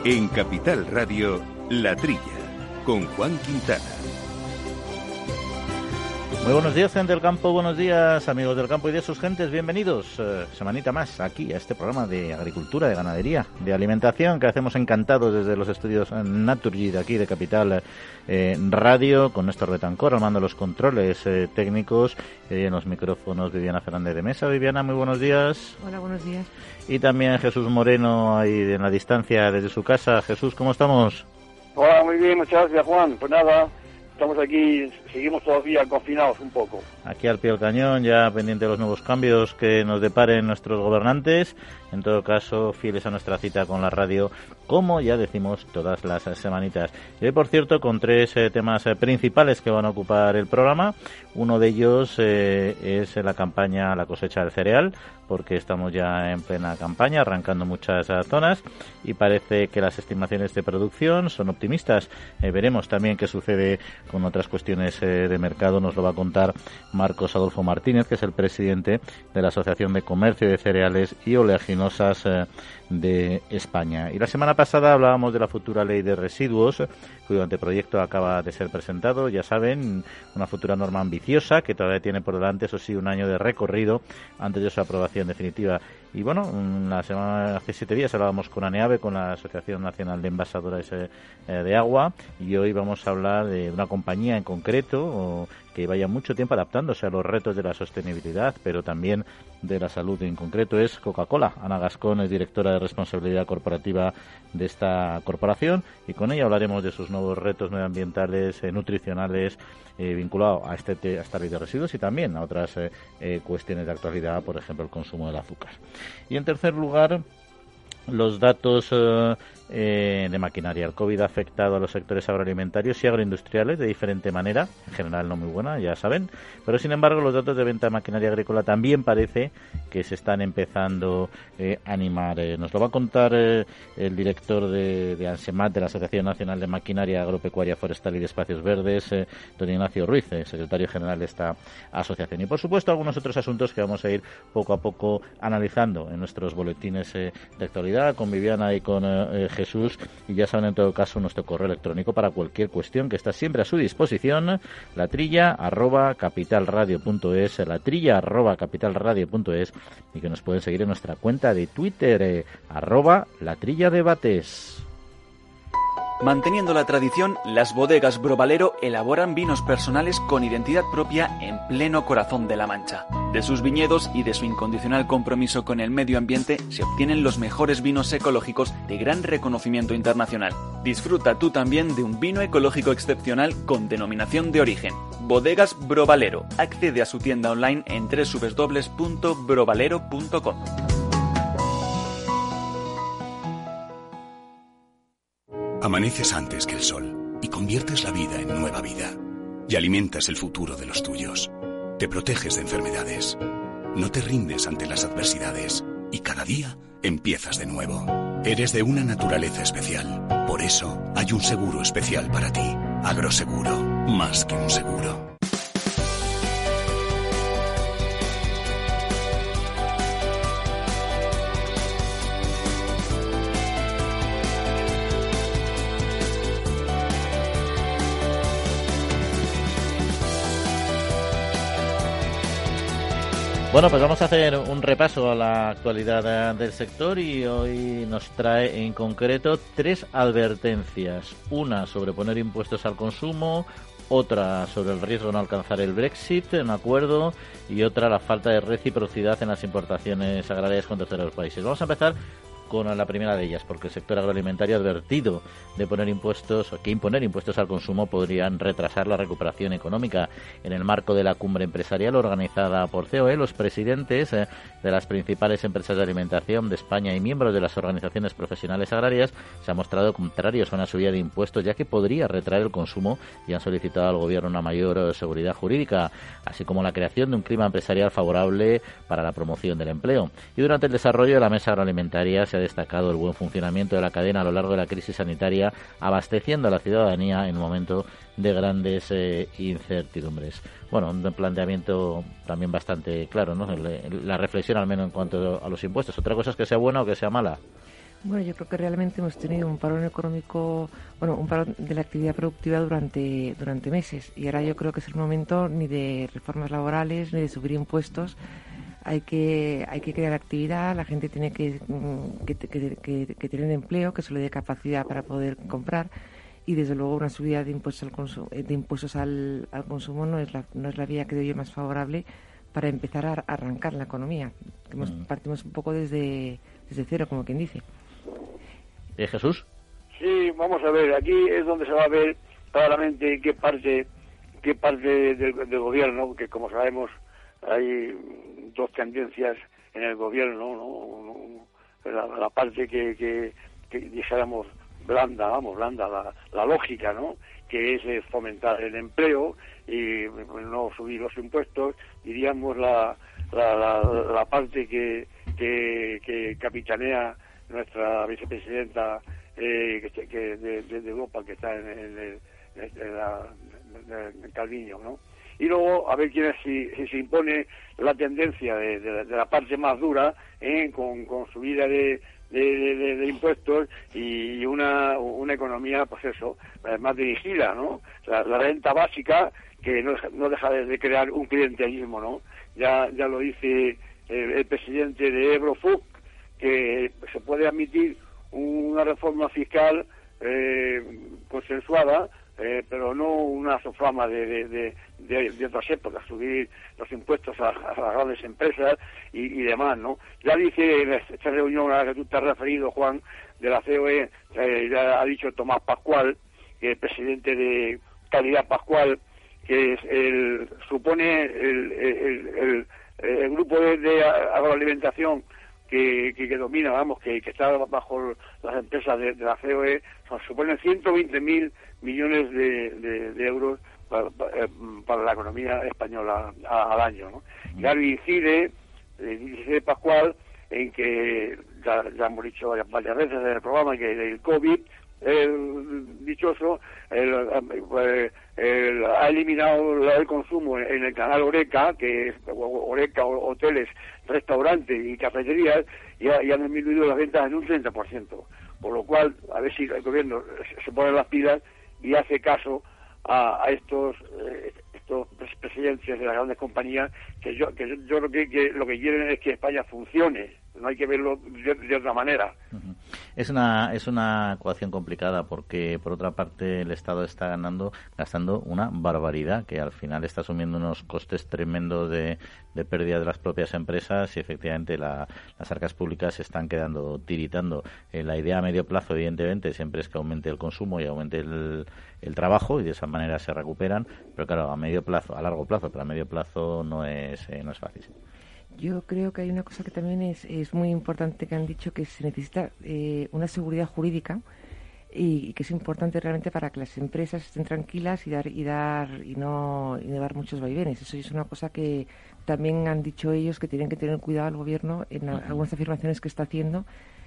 En Capital Radio, La Trilla, con Juan Quintana. Muy buenos días, gente del campo, buenos días, amigos del campo y de sus gentes, bienvenidos semanita más aquí a este programa de agricultura, de ganadería, de alimentación que hacemos encantados desde los estudios Naturgy de aquí de Capital Radio, con Néstor Betancor armando los controles técnicos, en los micrófonos Viviana Fernández de Mesa. Viviana, muy buenos días. Hola, buenos días. Y también Jesús Moreno ahí en la distancia desde su casa. Jesús, ¿cómo estamos? Hola, muy bien, muchas gracias, Juan. Pues nada, estamos aquí, seguimos todavía confinados un poco. Aquí al pie del cañón, ya pendiente de los nuevos cambios que nos deparen nuestros gobernantes. En todo caso, fieles a nuestra cita con la radio, como ya decimos todas las semanitas. Y hoy, por cierto, con tres temas principales que van a ocupar el programa. Uno de ellos es la campaña, la cosecha del cereal, porque estamos ya en plena campaña, arrancando muchas zonas, y parece que las estimaciones de producción son optimistas. Veremos también qué sucede con otras cuestiones de mercado. Nos lo va a contar Marcos Adolfo Martínez, que es el presidente de la Asociación de Comercio de Cereales y Oleaginosas de España. Y la semana pasada hablábamos de la futura ley de residuos, cuyo anteproyecto acaba de ser presentado. Ya saben, una futura norma ambiciosa que todavía tiene por delante, eso sí, un año de recorrido antes de su aprobación definitiva. Y bueno, hace 7 días hablábamos con ANEAVE, con la Asociación Nacional de Envasadores de Agua, y hoy vamos a hablar de una compañía en concreto que vaya mucho tiempo adaptándose a los retos de la sostenibilidad, pero también de la salud. En concreto es Coca-Cola. Ana Gascón es directora de responsabilidad corporativa de esta corporación, y con ella hablaremos de sus nuevos retos medioambientales, nutricionales, vinculados a esta ley de residuos, y también a otras cuestiones de actualidad, por ejemplo el consumo del azúcar. Y en tercer lugar, los datos de maquinaria. El COVID ha afectado a los sectores agroalimentarios y agroindustriales de diferente manera, en general no muy buena, ya saben, pero sin embargo los datos de venta de maquinaria agrícola también parece que se están empezando a animar. Nos lo va a contar el director de ANSEMAT, de la Asociación Nacional de Maquinaria Agropecuaria, Forestal y de Espacios Verdes, don Ignacio Ruiz, secretario general de esta asociación. Y por supuesto algunos otros asuntos que vamos a ir poco a poco analizando en nuestros boletines de actualidad, con Viviana y con Jesús, y ya saben en todo caso nuestro correo electrónico para cualquier cuestión que está siempre a su disposición, latrilla@capitalradio.es, latrilla@capitalradio.es, y que nos pueden seguir en nuestra cuenta de Twitter, @latrilladebates. Manteniendo la tradición, las bodegas Bro Valero elaboran vinos personales con identidad propia en pleno corazón de La Mancha. De sus viñedos y de su incondicional compromiso con el medio ambiente se obtienen los mejores vinos ecológicos de gran reconocimiento internacional. Disfruta tú también de un vino ecológico excepcional con denominación de origen. Bodegas Bro Valero. Accede a su tienda online en www.brovalero.com. Amaneces antes que el sol y conviertes la vida en nueva vida. Y alimentas el futuro de los tuyos. Te proteges de enfermedades. No te rindes ante las adversidades. Y cada día empiezas de nuevo. Eres de una naturaleza especial. Por eso hay un seguro especial para ti. Agroseguro. Más que un seguro. Bueno, pues vamos a hacer un repaso a la actualidad del sector, y hoy nos trae en concreto 3 advertencias. Una sobre poner impuestos al consumo, otra sobre el riesgo de no alcanzar el Brexit, un acuerdo, y otra la falta de reciprocidad en las importaciones agrarias con terceros países. Vamos a empezar con la primera de ellas, porque el sector agroalimentario ha advertido de poner impuestos, que imponer impuestos al consumo podrían retrasar la recuperación económica. En el marco de la cumbre empresarial organizada por COE, los presidentes de las principales empresas de alimentación de España y miembros de las organizaciones profesionales agrarias se han mostrado contrarios a una subida de impuestos, ya que podría retraer el consumo, y han solicitado al gobierno una mayor seguridad jurídica, así como la creación de un clima empresarial favorable para la promoción del empleo. Y durante el desarrollo de la mesa agroalimentaria se ha destacado el buen funcionamiento de la cadena a lo largo de la crisis sanitaria, abasteciendo a la ciudadanía en un momento de grandes incertidumbres. Bueno, un planteamiento también bastante claro, ¿no? La reflexión al menos en cuanto a los impuestos. Otra cosa es que sea buena o que sea mala. Bueno, yo creo que realmente hemos tenido un parón económico, un parón de la actividad productiva durante meses, y ahora yo creo que es el momento ni de reformas laborales ni de subir impuestos. Hay que crear actividad, la gente tiene que tener empleo, que se le dé capacidad para poder comprar, y desde luego una subida de impuestos al consumo no es la vía, creo yo, más favorable para empezar a arrancar la economía. Partimos un poco desde cero, como quien dice. Jesús. Sí, vamos a ver, aquí es donde se va a ver claramente qué parte del gobierno, que como sabemos hay dos tendencias en el gobierno, ¿no? La parte que dijéramos blanda, la lógica, ¿no? Que es fomentar el empleo y no subir los impuestos, diríamos la parte que capitanea nuestra vicepresidenta de Europa, que está en Calviño, ¿no? Y luego a ver quién es, si se impone la tendencia de la parte más dura, con subida de impuestos y una economía, pues eso, más dirigida, ¿no? La renta básica, que no deja de crear un clientelismo, ¿no? Ya lo dice el presidente de Eurofood, que se puede admitir una reforma fiscal consensuada, pero no una soflama de otras épocas, subir los impuestos a las grandes empresas y demás, ¿no? Ya dice en esta reunión a la que tú te has referido, Juan, de la COE, ya ha dicho Tomás Pascual, que es presidente de Calidad Pascual, que supone el grupo de agroalimentación que domina, que está bajo las empresas de la COE, suponen 120.000 millones de euros para la economía española al año, ¿no? Claro, dice Pascual en que ya hemos dicho varias veces en el programa que el COVID dichoso ha eliminado el consumo en el canal Horeca, que es Horeca, hoteles, restaurantes y cafeterías, y han disminuido las ventas en un 30%, por lo cual a ver si el gobierno se pone las pilas y hace caso a estos presidencias de las grandes compañías, que yo creo que lo que quieren es que España funcione, no hay que verlo de otra manera. Es una ecuación complicada, porque por otra parte el Estado está gastando una barbaridad, que al final está asumiendo unos costes tremendos de pérdida de las propias empresas, y efectivamente las arcas públicas se están quedando tiritando. La idea a medio plazo, evidentemente, siempre es que aumente el consumo y aumente el trabajo, y de esa manera se recuperan, pero claro, a largo plazo, pero a medio plazo no es fácil. Yo creo que hay una cosa que también es muy importante, que han dicho, que se necesita una seguridad jurídica, y que es importante realmente para que las empresas estén tranquilas y no dar muchos vaivenes. Eso es una cosa que también han dicho ellos, que tienen que tener cuidado el gobierno en algunas afirmaciones que está haciendo,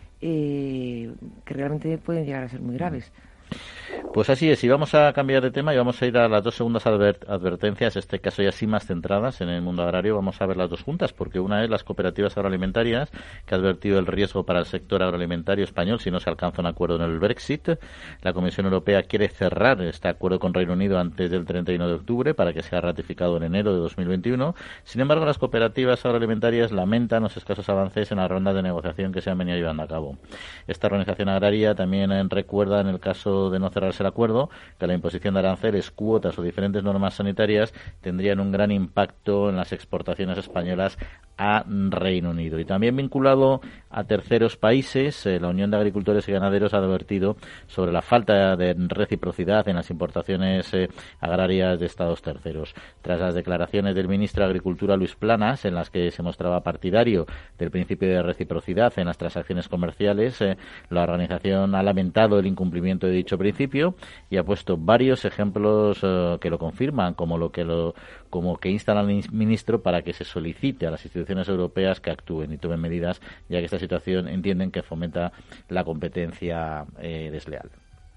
que realmente pueden llegar a ser muy graves. Pues así es, y vamos a cambiar de tema y vamos a ir a las dos segundas advertencias, en este caso ya sí más centradas en el mundo agrario. Vamos a ver las dos juntas, porque una es las cooperativas agroalimentarias, que ha advertido el riesgo para el sector agroalimentario español si no se alcanza un acuerdo en el Brexit. La Comisión Europea quiere cerrar este acuerdo con Reino Unido antes del 31 de octubre para que sea ratificado en enero de 2021. Sin embargo, las cooperativas agroalimentarias lamentan los escasos avances en las rondas de negociación que se han venido llevando a cabo. Esta organización agraria también recuerda, en el caso de no cerrarse el acuerdo, que la imposición de aranceles, cuotas o diferentes normas sanitarias tendrían un gran impacto en las exportaciones españolas a Reino Unido. Y también vinculado a terceros países, la Unión de Agricultores y Ganaderos ha advertido sobre la falta de reciprocidad en las importaciones agrarias de estados terceros. Tras las declaraciones del ministro de Agricultura, Luis Planas, en las que se mostraba partidario del principio de reciprocidad en las transacciones comerciales, la organización ha lamentado el incumplimiento de dicho principio y ha puesto varios ejemplos que lo confirman, como que instan al ministro para que se solicite a las instituciones europeas que actúen y tomen medidas, ya que esta situación entienden que fomenta la competencia desleal.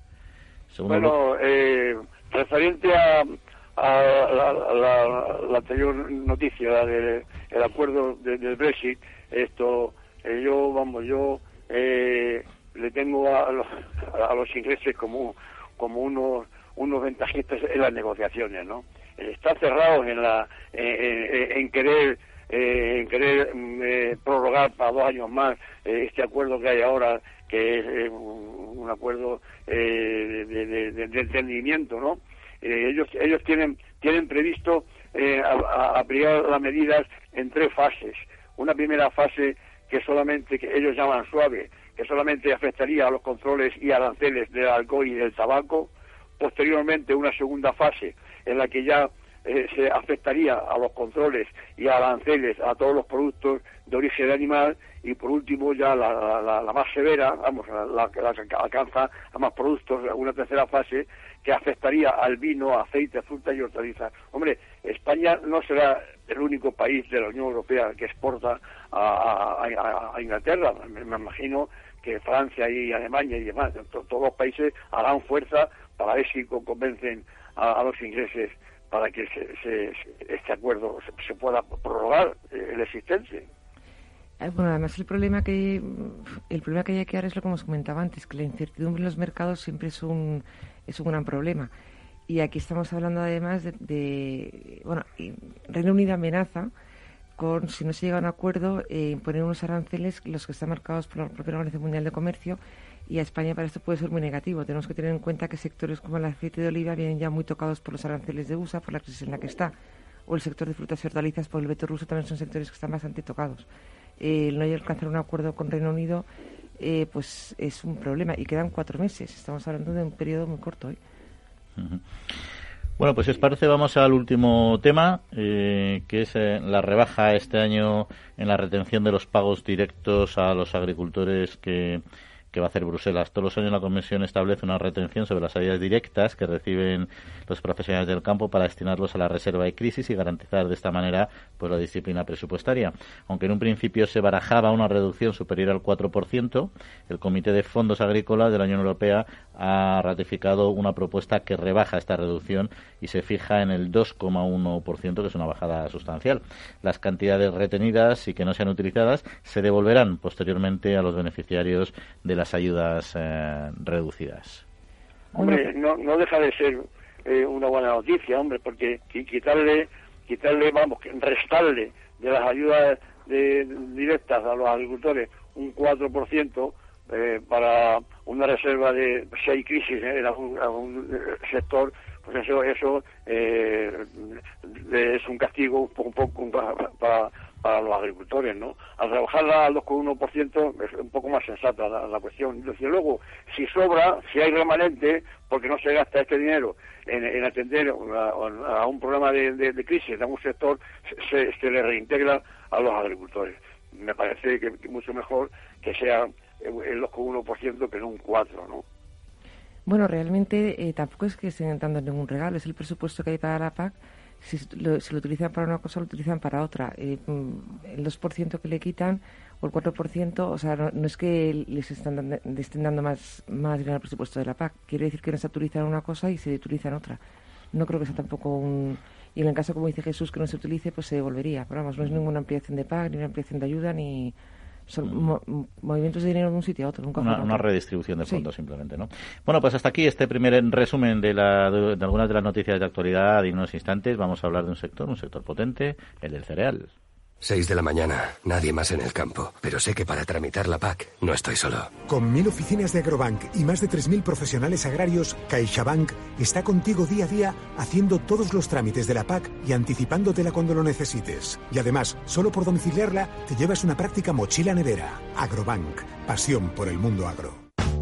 Referente a la anterior noticia del le tengo a los ingleses como unos ventajistas en las negociaciones, ¿no? Están cerrados en querer prorrogar para 2 años más este acuerdo que hay ahora, que es un acuerdo de entendimiento, ¿no? Ellos tienen previsto aplicar las medidas en 3 fases. Una primera fase que ellos llaman suave, que solamente afectaría a los controles y aranceles del alcohol y del tabaco. Posteriormente, una segunda fase en la que ya se afectaría a los controles y aranceles a todos los productos de origen animal, y por último ya la más severa, la que alcanza a más productos, una tercera fase que afectaría al vino, aceite, frutas y hortalizas. Hombre, España no será el único país de la Unión Europea que exporta a Inglaterra. Me imagino que Francia y Alemania y demás, todos los países harán fuerza para ver si convencen a los ingleses para que este acuerdo se pueda prorrogar el existente. Bueno, además el problema que hay que dar es lo que hemos comentado antes, que la incertidumbre en los mercados siempre es un gran problema. Y aquí estamos hablando además Reino Unido amenaza con, si no se llega a un acuerdo, imponer unos aranceles, los que están marcados por la propia Organización Mundial de Comercio, y a España para esto puede ser muy negativo. Tenemos que tener en cuenta que sectores como el aceite de oliva vienen ya muy tocados por los aranceles de USA, por la crisis en la que está, o el sector de frutas y hortalizas por el veto ruso, también son sectores que están bastante tocados. El no alcanzar un acuerdo con Reino Unido pues es un problema, y quedan 4 meses. Estamos hablando de un periodo muy corto hoy. Uh-huh. Bueno, pues si os parece vamos al último tema, que es la rebaja este año en la retención de los pagos directos a los agricultores que va a hacer Bruselas. Todos los años la Comisión establece una retención sobre las ayudas directas que reciben los profesionales del campo para destinarlos a la reserva de crisis y garantizar de esta manera pues la disciplina presupuestaria. Aunque en un principio se barajaba una reducción superior al 4%, el Comité de Fondos Agrícolas de la Unión Europea ha ratificado una propuesta que rebaja esta reducción y se fija en el 2,1%, que es una bajada sustancial. Las cantidades retenidas y que no sean utilizadas se devolverán posteriormente a los beneficiarios de las ayudas reducidas. Hombre, no deja de ser una buena noticia, hombre, porque restarle de las ayudas directas a los agricultores un 4% para una reserva de 6 crisis en algún sector, pues eso es un castigo un poco para los agricultores, ¿no? Al rebajarla al 2,1% es un poco más sensata la cuestión. Desde luego, si sobra, si hay remanente, porque no se gasta este dinero en atender a un problema de crisis de algún sector, se le reintegra a los agricultores. Me parece que mucho mejor que sea el 2,1% que no un 4%, ¿no? Bueno, realmente tampoco es que estén dando ningún regalo, es el presupuesto que hay para la PAC. Si lo utilizan para una cosa, lo utilizan para otra. El 2% que le quitan, o el 4%, o sea, no es que les estén dando más dinero al presupuesto de la PAC. Quiere decir que no se utiliza una cosa y se utiliza en otra. No creo que sea tampoco Y en el caso, como dice Jesús, que no se utilice, pues se devolvería. Pero vamos, no es ninguna ampliación de PAC, ni una ampliación de ayuda, ni... Son movimientos de dinero de un sitio a otro. Una redistribución de fondos, sí. Simplemente, ¿no? Bueno, pues hasta aquí este primer resumen de algunas de las noticias de actualidad. Y en unos instantes vamos a hablar de un sector potente, el del cereal. 6 de la mañana, nadie más en el campo, pero sé que para tramitar la PAC no estoy solo. Con 1.000 oficinas de Agrobank y más de 3.000 profesionales agrarios, CaixaBank está contigo día a día haciendo todos los trámites de la PAC y anticipándotela cuando lo necesites. Y además, solo por domiciliarla, te llevas una práctica mochila nevera. Agrobank, pasión por el mundo agro.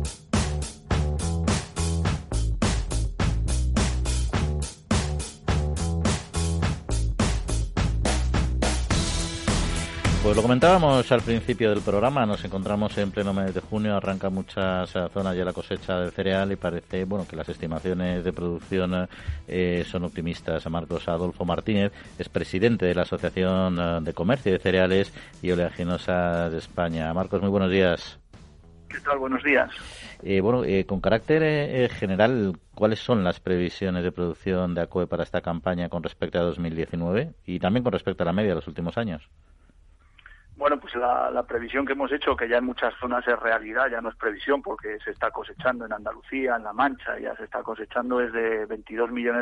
Pues lo comentábamos al principio del programa, nos encontramos en pleno mes de junio, arranca muchas zonas ya la cosecha del cereal y parece que las estimaciones de producción son optimistas. Marcos Adolfo Martínez es presidente de la Asociación de Comercio de Cereales y Oleaginosas de España. Marcos, muy buenos días. ¿Qué tal? Buenos días. Con carácter general, ¿cuáles son las previsiones de producción de ACOE para esta campaña con respecto a 2019 y también con respecto a la media de los últimos años? Bueno, pues la previsión que hemos hecho, que ya en muchas zonas es realidad, ya no es previsión porque se está cosechando en Andalucía, en La Mancha, ya se está cosechando, es de 22 millones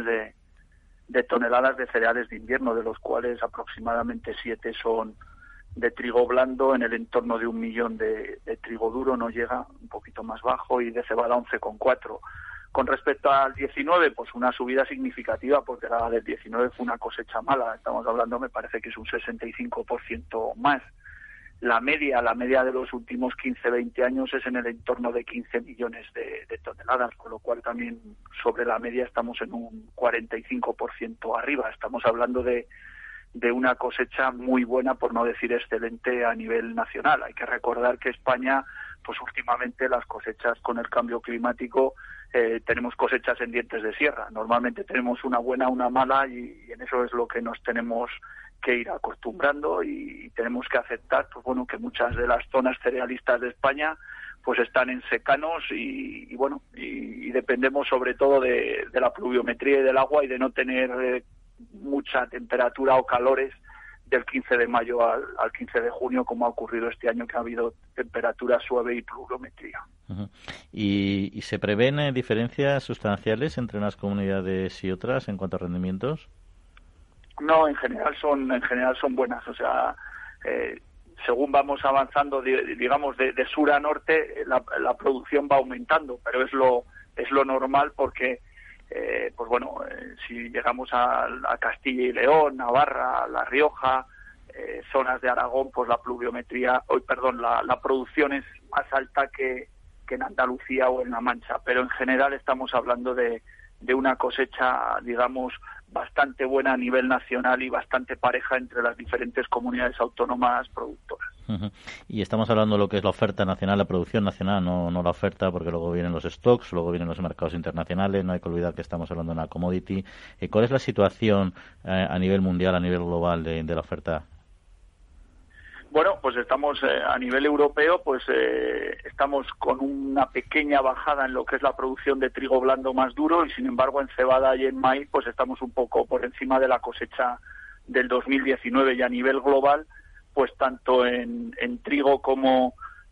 de toneladas de cereales de invierno, de los cuales aproximadamente 7 son de trigo blando, en el entorno de 1 millón de trigo duro, no llega, un poquito más bajo, y de cebada 11,4. Con respecto al 19, pues una subida significativa, porque la del 19 fue una cosecha mala, estamos hablando, me parece que es un 65% más. La media de los últimos 15-20 años es en el entorno de 15 millones de toneladas, con lo cual también sobre la media estamos en un 45% arriba. Estamos hablando de una cosecha muy buena, por no decir excelente, a nivel nacional. Hay que recordar que España, pues últimamente las cosechas con el cambio climático, tenemos cosechas en dientes de sierra. Normalmente tenemos una buena, una mala, y en eso es lo que nos tenemos que ir acostumbrando, y tenemos que aceptar, pues bueno, que muchas de las zonas cerealistas de España pues están en secanos y bueno, y dependemos sobre todo de la pluviometría y del agua, y de no tener mucha temperatura o calores del 15 de mayo al 15 de junio, como ha ocurrido este año, que ha habido temperatura suave y pluviometría. Uh-huh. ¿Y se prevén diferencias sustanciales entre unas comunidades y otras en cuanto a rendimientos? No, en general son buenas. O sea, según vamos avanzando, digamos, de sur a norte, la producción va aumentando, pero es lo normal, porque pues bueno, si llegamos a Castilla y León, Navarra, La Rioja, zonas de Aragón, pues la pluviometría, la producción es más alta que en Andalucía o en La Mancha, pero en general estamos hablando de una cosecha, digamos, bastante buena a nivel nacional y bastante pareja entre las diferentes comunidades autónomas productoras. Uh-huh. Y estamos hablando de lo que es la oferta nacional, la producción nacional, no la oferta, porque luego vienen los stocks, luego vienen los mercados internacionales, no hay que olvidar que estamos hablando de una commodity. ¿Cuál es la situación a nivel mundial, a nivel global de la oferta? Bueno, pues estamos a nivel europeo, pues estamos con una pequeña bajada en lo que es la producción de trigo blando más duro, y sin embargo en cebada y en maíz pues estamos un poco por encima de la cosecha del 2019, y a nivel global pues tanto en trigo como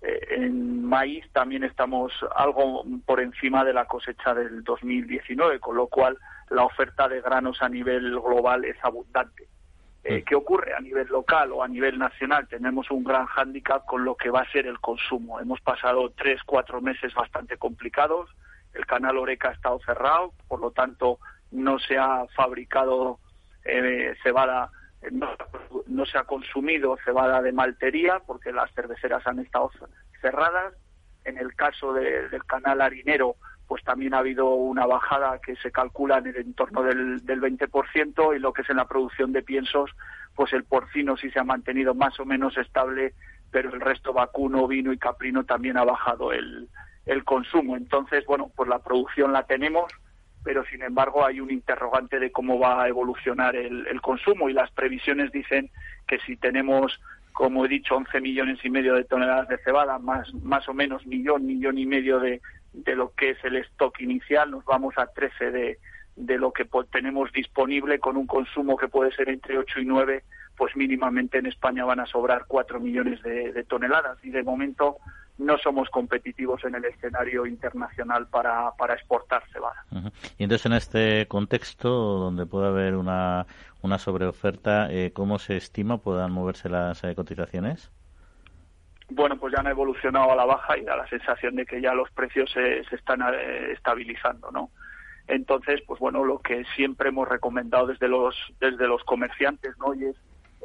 en maíz también estamos algo por encima de la cosecha del 2019, con lo cual la oferta de granos a nivel global es abundante. ¿Qué ocurre? A nivel local o a nivel nacional tenemos un gran hándicap con lo que va a ser el consumo. Hemos pasado 3-4 meses bastante complicados, el canal Horeca ha estado cerrado, por lo tanto no se ha fabricado cebada, no se ha consumido cebada de maltería porque las cerveceras han estado cerradas. En el caso del canal harinero, pues también ha habido una bajada que se calcula en el entorno del 20%, y lo que es en la producción de piensos, pues el porcino sí se ha mantenido más o menos estable, pero el resto vacuno, ovino y caprino también ha bajado el consumo. Entonces, bueno, pues la producción la tenemos, pero sin embargo hay un interrogante de cómo va a evolucionar el consumo, y las previsiones dicen que si tenemos, como he dicho, 11 millones y medio de toneladas de cebada, más o menos millón y medio de lo que es el stock inicial, nos vamos a 13 de lo que tenemos disponible, con un consumo que puede ser entre 8 y 9, pues mínimamente en España van a sobrar 4 millones de toneladas, y de momento no somos competitivos en el escenario internacional para exportar cebada. Uh-huh. Y entonces, en este contexto donde puede haber una sobreoferta, ¿cómo se estima puedan moverse las cotizaciones? Bueno, pues ya han evolucionado a la baja, y da la sensación de que ya los precios se están estabilizando, ¿no? Entonces, pues bueno, lo que siempre hemos recomendado desde los comerciantes, ¿no? Y es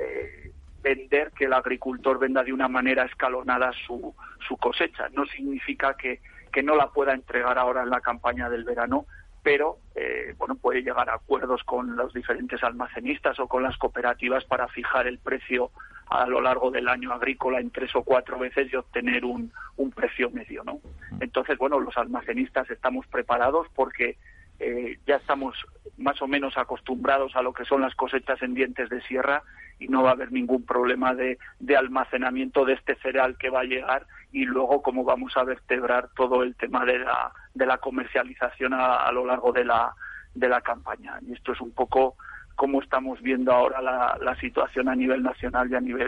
vender, que el agricultor venda de una manera escalonada su cosecha. No significa que no la pueda entregar ahora en la campaña del verano, pero bueno, puede llegar a acuerdos con los diferentes almacenistas o con las cooperativas para fijar el precio a lo largo del año agrícola en 3 o 4 veces y obtener un precio medio, ¿no? Entonces, bueno, los almacenistas estamos preparados porque ya estamos más o menos acostumbrados a lo que son las cosechas en dientes de sierra, y no va a haber ningún problema de almacenamiento de este cereal que va a llegar, y luego cómo vamos a vertebrar todo el tema de la comercialización a lo largo de la campaña. Y esto es un poco cómo estamos viendo ahora la situación a nivel nacional y a nivel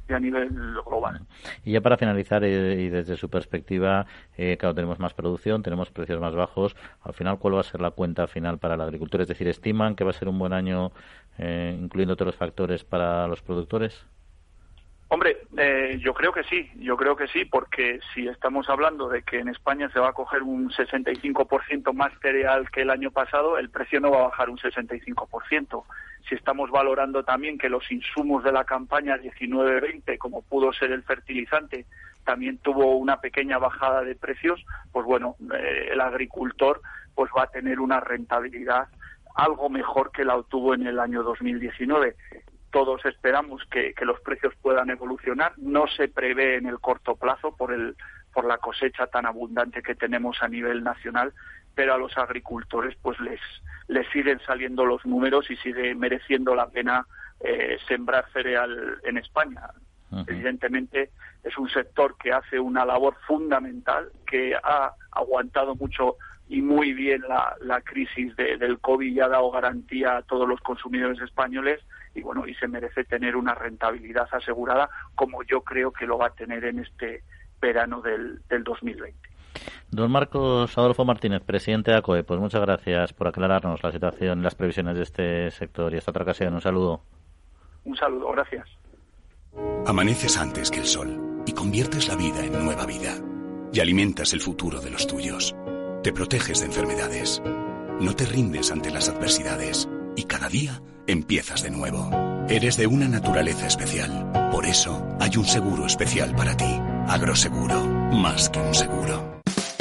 a nivel global. Y ya para finalizar, y desde su perspectiva, claro, tenemos más producción, tenemos precios más bajos. Al final, ¿cuál va a ser la cuenta final para el agricultor? Es decir, ¿estiman que va a ser un buen año, incluyendo todos los factores, para los productores? Hombre, yo creo que sí, porque si estamos hablando de que en España se va a coger un 65% más cereal que el año pasado, el precio no va a bajar un 65%. Si estamos valorando también que los insumos de la campaña 19-20, como pudo ser el fertilizante, también tuvo una pequeña bajada de precios, pues bueno, el agricultor pues va a tener una rentabilidad algo mejor que la obtuvo en el año 2019. Todos esperamos que los precios puedan evolucionar. No se prevé en el corto plazo por la cosecha tan abundante que tenemos a nivel nacional, pero a los agricultores pues les siguen saliendo los números y sigue mereciendo la pena sembrar cereal en España. Uh-huh. Evidentemente es un sector que hace una labor fundamental, que ha aguantado mucho y muy bien la crisis del COVID y ha dado garantía a todos los consumidores españoles, y bueno, y se merece tener una rentabilidad asegurada, como yo creo que lo va a tener en este verano del 2020. Don Marcos Adolfo Martínez, presidente de ACOE, pues muchas gracias por aclararnos la situación y las previsiones de este sector, y hasta otra ocasión. Un saludo. Un saludo, gracias. Amaneces antes que el sol y conviertes la vida en nueva vida, y alimentas el futuro de los tuyos. Te proteges de enfermedades, no te rindes ante las adversidades, y cada día empiezas de nuevo. Eres de una naturaleza especial. Por eso hay un seguro especial para ti. Agroseguro, más que un seguro.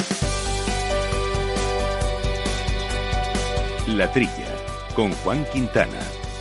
La Trilla, con Juan Quintana.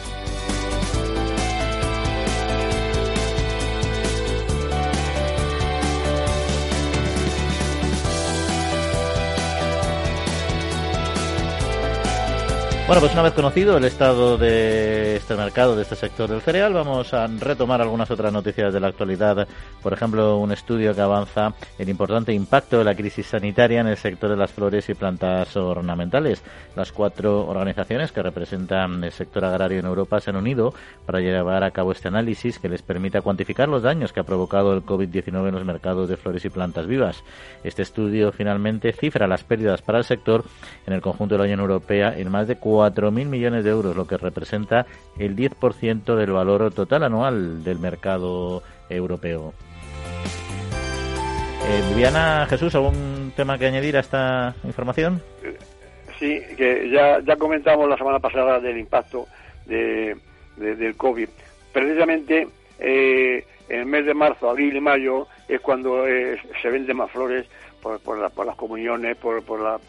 Bueno, pues una vez conocido el estado de este mercado, de este sector del cereal, vamos a retomar algunas otras noticias de la actualidad. Por ejemplo, un estudio que avanza el importante impacto de la crisis sanitaria en el sector de las flores y plantas ornamentales. Las 4 organizaciones que representan el sector agrario en Europa se han unido para llevar a cabo este análisis que les permita cuantificar los daños que ha provocado el COVID-19 en los mercados de flores y plantas vivas. Este estudio finalmente cifra las pérdidas para el sector en el conjunto de la Unión Europea en más de 4.000 millones de euros, lo que representa el 10% del valor total anual del mercado europeo. Viviana, Jesús, ¿algún tema que añadir a esta información? Sí, que ya comentamos la semana pasada del impacto del COVID. Precisamente en el mes de marzo, abril y mayo es cuando se venden más flores por las comuniones, por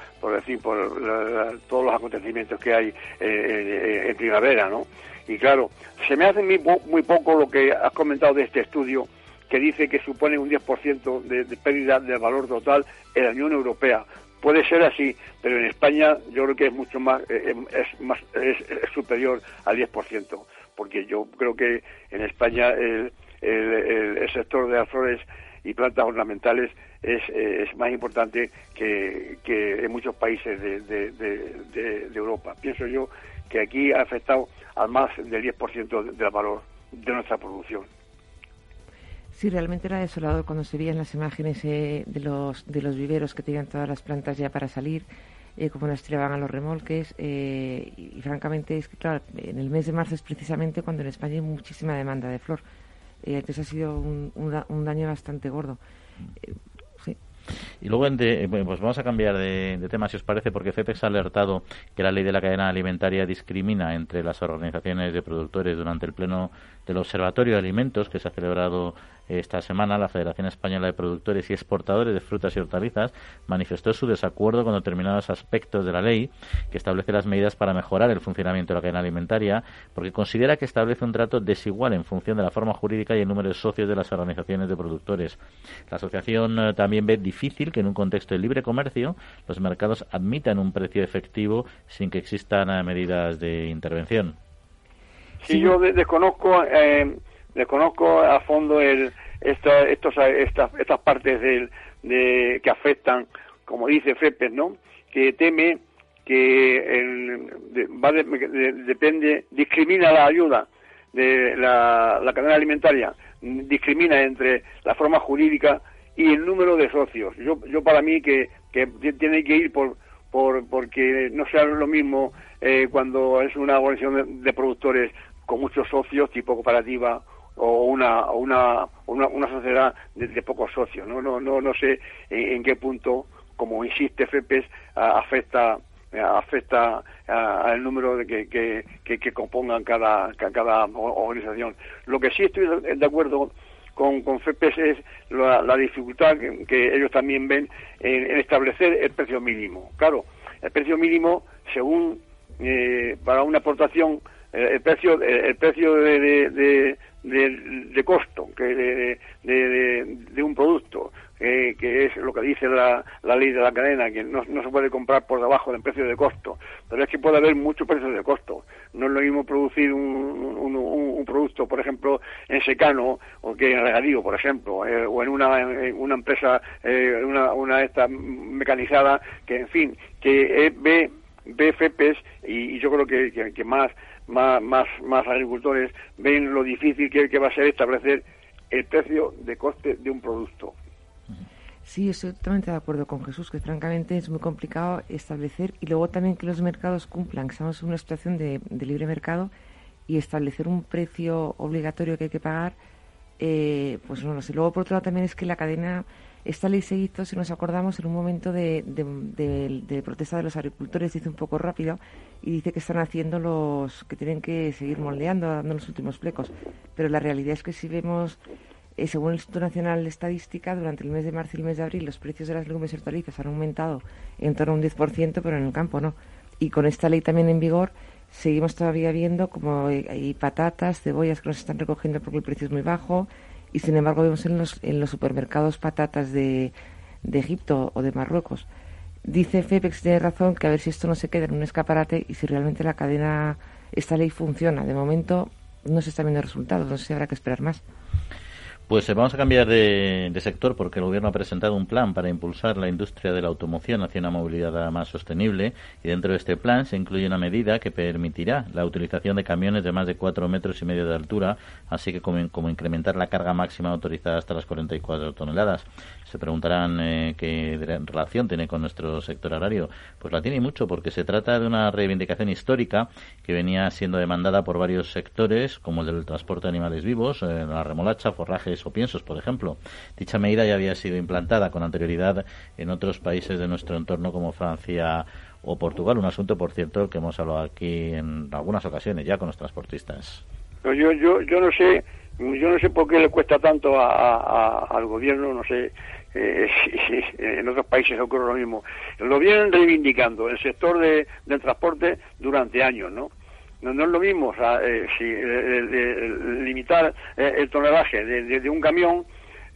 todos los acontecimientos que hay en primavera, ¿no? Y claro, se me hace muy poco lo que has comentado de este estudio, que dice que supone un 10% de pérdida del valor total en la Unión Europea. Puede ser así, pero en España yo creo que es mucho más, es superior al 10%, porque yo creo que en España el sector de las flores y plantas ornamentales es más importante que en muchos países de Europa. Pienso yo que aquí ha afectado al más del 10% del valor de nuestra producción. Sí, realmente era desolador cuando se veían las imágenes de los viveros que tenían todas las plantas ya para salir, como las tiraban a los remolques, y francamente es que, claro, en el mes de marzo es precisamente cuando en España hay muchísima demanda de flor. Entonces ha sido un daño bastante gordo. Sí. Y luego, pues vamos a cambiar de tema, si os parece, porque FEPEX ha alertado que la ley de la cadena alimentaria discrimina entre las organizaciones de productores. Durante el pleno del Observatorio de Alimentos, que se ha celebrado esta semana, la Federación Española de Productores y Exportadores de Frutas y Hortalizas manifestó su desacuerdo con determinados aspectos de la ley que establece las medidas para mejorar el funcionamiento de la cadena alimentaria, porque considera que establece un trato desigual en función de la forma jurídica y el número de socios de las organizaciones de productores. La asociación también ve difícil que en un contexto de libre comercio los mercados admitan un precio efectivo sin que existan medidas de intervención. Sí, yo desconozco a fondo estas partes que afectan, como dice FEPEX, ¿no? Que teme que discrimina la ayuda la cadena alimentaria discrimina entre la forma jurídica y el número de socios. Yo para mí que tiene que ir porque no sea lo mismo cuando es una organización de productores con muchos socios, tipo cooperativa, o una sociedad de pocos socios. No sé en qué punto, como insiste FEPES, afecta al número que compongan cada organización. Lo que sí estoy de acuerdo con FEPES es la dificultad que ellos también ven en establecer el precio mínimo. Claro, el precio mínimo, según para una exportación, el precio de costo de un producto, que es lo que dice la ley de la cadena, que no se puede comprar por debajo del precio de costo, pero es que puede haber muchos precios de costo. No es lo mismo producir un producto, por ejemplo, en secano, o que en regadío, por ejemplo, o en una empresa, una esta mecanizada, que en fin, que ve FEPES, y yo creo que más agricultores ven lo difícil que va a ser establecer el precio de coste de un producto. Sí, estoy totalmente de acuerdo con Jesús, que francamente es muy complicado establecer, y luego también que los mercados cumplan, que estamos en una situación de libre mercado, y establecer un precio obligatorio que hay que pagar, pues no lo sé. Luego, por otro lado, también es que la cadena, esta ley se hizo, si nos acordamos, en un momento de protesta de los agricultores, se hizo un poco rápido, y dice que están haciendo que tienen que seguir moldeando, dando los últimos flecos. Pero la realidad es que si vemos, según el Instituto Nacional de Estadística, durante el mes de marzo y el mes de abril los precios de las legumbres y hortalizas han aumentado en torno a un 10%, pero en el campo no. Y con esta ley también en vigor, seguimos todavía viendo como hay patatas, cebollas que nos están recogiendo porque el precio es muy bajo, y sin embargo vemos en los supermercados patatas de Egipto o de Marruecos. Dice FEPES, tiene razón, que a ver si esto no se queda en un escaparate y si realmente la cadena, esta ley funciona. De momento no se están viendo resultados, no sé si habrá que esperar más. Pues vamos a cambiar de sector, porque el Gobierno ha presentado un plan para impulsar la industria de la automoción hacia una movilidad más sostenible, y dentro de este plan se incluye una medida que permitirá la utilización de camiones de más de 4,5 metros de altura, así que como incrementar la carga máxima autorizada hasta las 44 toneladas. Se preguntarán qué relación tiene con nuestro sector agrario. Pues la tiene mucho, porque se trata de una reivindicación histórica que venía siendo demandada por varios sectores, como el del transporte de animales vivos, la remolacha, forrajes o piensos, por ejemplo. Dicha medida ya había sido implantada con anterioridad en otros países de nuestro entorno, como Francia o Portugal. Un asunto, por cierto, que hemos hablado aquí en algunas ocasiones ya con los transportistas. Yo no sé por qué le cuesta tanto al gobierno, no sé si en otros países ocurre lo mismo. Lo vienen reivindicando el sector del transporte durante años, ¿no? No es lo mismo, o sea, limitar el tonelaje de un camión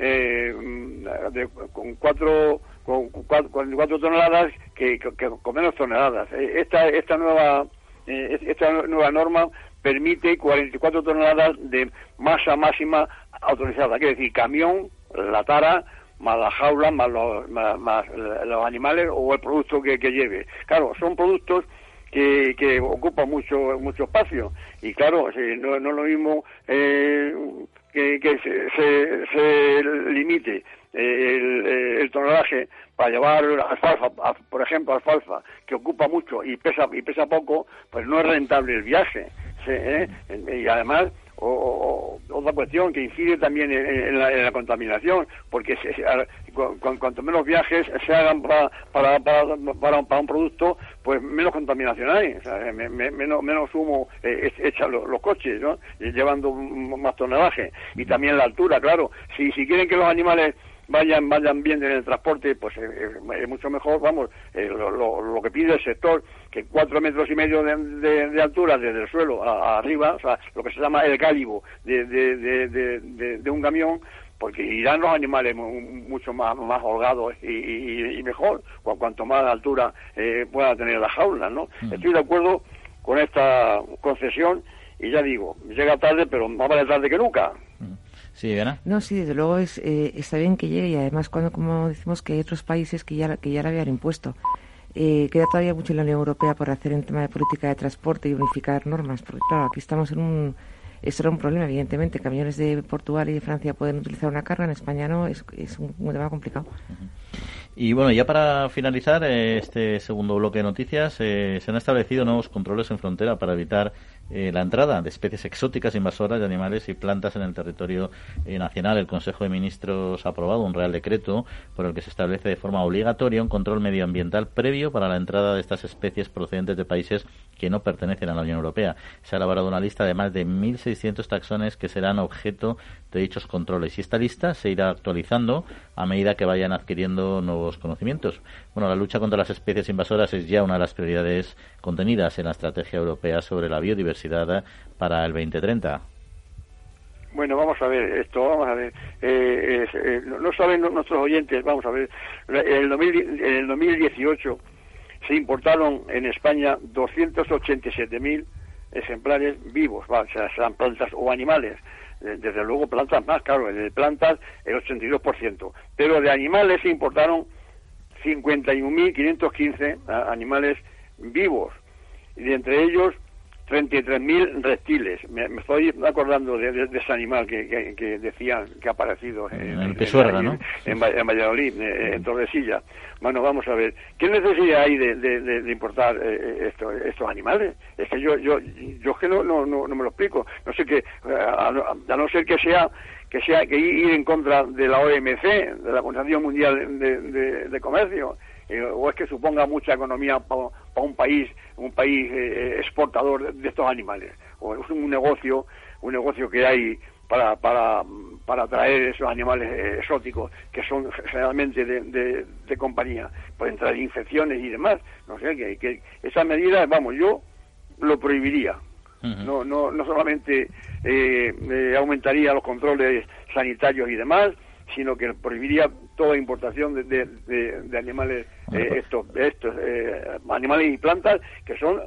con 4 toneladas que con menos toneladas. Esta nueva norma permite 44 toneladas de masa máxima autorizada, quiere decir camión, la tara, más la jaula, más los animales o el producto que lleve. Claro, son productos que ocupa mucho espacio, y claro, no es lo mismo que se limite el tonelaje para llevar alfalfa, por ejemplo alfalfa, que ocupa mucho y pesa poco, pues no es rentable el viaje. Y además otra cuestión que incide también en la contaminación, porque cuanto menos viajes se hagan para un producto, pues menos contaminación hay, o sea, menos humo echan los coches, ¿no? Llevando más tonelaje. Y también la altura, claro, si quieren que los animales vayan bien en el transporte, pues es mucho mejor, vamos, lo que pide el sector, que 4,5 metros de altura desde el suelo arriba, o sea, lo que se llama el cálibo de un camión, porque irán los animales mucho más holgados y mejor, cuanto más altura pueda tener la jaula, ¿no? Estoy de acuerdo con esta concesión, y ya digo, llega tarde, pero más vale tarde que nunca. Sí, Ana. No, sí, desde luego está bien que llegue, y además cuando, como decimos, que hay otros países que ya la habían impuesto. Queda todavía mucho en la Unión Europea por hacer en tema de política de transporte y unificar normas, porque claro, aquí estamos en Esto era un problema, evidentemente. Camiones de Portugal y de Francia pueden utilizar una carga, en España no, es un tema complicado. Y bueno, ya para finalizar este segundo bloque de noticias, se han establecido nuevos controles en frontera para evitar la entrada de especies exóticas invasoras de animales y plantas en el territorio nacional. El Consejo de Ministros ha aprobado un Real Decreto por el que se establece de forma obligatoria un control medioambiental previo para la entrada de estas especies procedentes de países que no pertenecen a la Unión Europea. Se ha elaborado una lista de más de 1.600 taxones que serán objeto de dichos controles, y esta lista se irá actualizando a medida que vayan adquiriendo nuevos conocimientos. Bueno, la lucha contra las especies invasoras es ya una de las prioridades contenidas en la Estrategia Europea sobre la Biodiversidad para el 2030. Bueno, vamos a ver esto, no saben nuestros oyentes, vamos a ver, en el 2018 se importaron en España 287.000 ejemplares vivos, o sea, sean plantas o animales. Desde luego plantas más, claro, de plantas el 82%, pero de animales se importaron 51.515 animales vivos, y de entre ellos 33.000 reptiles. Me estoy acordando de ese animal que decían que ha aparecido en Pisuerga, ¿no? En Valladolid, en Tordesillas. Bueno, vamos a ver, ¿qué necesidad hay de importar estos animales? Es que yo es que no me lo explico. No sé qué, a no ser que ir en contra de la OMC, de la Organización Mundial de Comercio, o es que suponga mucha economía para un país exportador de estos animales, o es un negocio que hay para traer esos animales exóticos que son generalmente de compañía, pueden traer infecciones y demás. No sé, que esa medida, vamos, yo lo prohibiría. No solamente aumentaría los controles sanitarios y demás, sino que prohibiría toda importación de animales, estos animales y plantas que son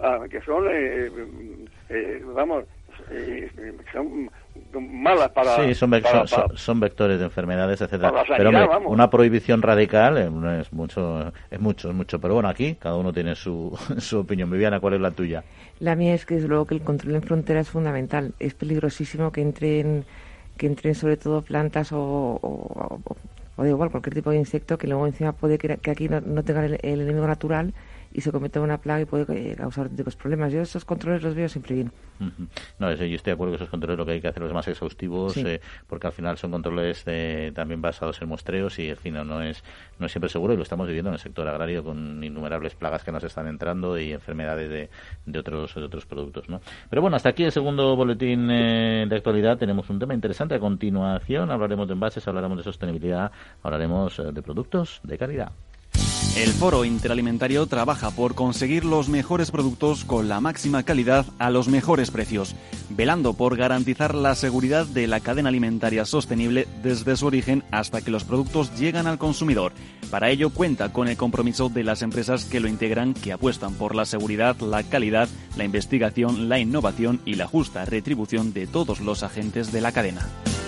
malas para... Sí, son vectores de enfermedades, etcétera. Pero hombre, una prohibición radical no es mucho, es mucho. Pero bueno, aquí cada uno tiene su opinión. Viviana, ¿cuál es la tuya? La mía es que desde luego que el control en frontera es fundamental. Es peligrosísimo que entren sobre todo plantas o da igual cualquier tipo de insecto, que luego encima puede que aquí no tengan el enemigo natural y se cometa una plaga y puede causar auténticos problemas. Yo esos controles los veo siempre bien. No, yo estoy de acuerdo que esos controles lo que hay que hacerlos más exhaustivos, sí. Porque al final son controles también basados en muestreos y al final no es siempre seguro, y lo estamos viviendo en el sector agrario con innumerables plagas que nos están entrando y enfermedades de otros productos, ¿no? Pero bueno, hasta aquí el segundo boletín de actualidad. Tenemos un tema interesante a continuación. Hablaremos de envases, hablaremos de sostenibilidad, hablaremos de productos de calidad. El Foro Interalimentario trabaja por conseguir los mejores productos con la máxima calidad a los mejores precios, velando por garantizar la seguridad de la cadena alimentaria sostenible desde su origen hasta que los productos llegan al consumidor. Para ello cuenta con el compromiso de las empresas que lo integran, que apuestan por la seguridad, la calidad, la investigación, la innovación y la justa retribución de todos los agentes de la cadena.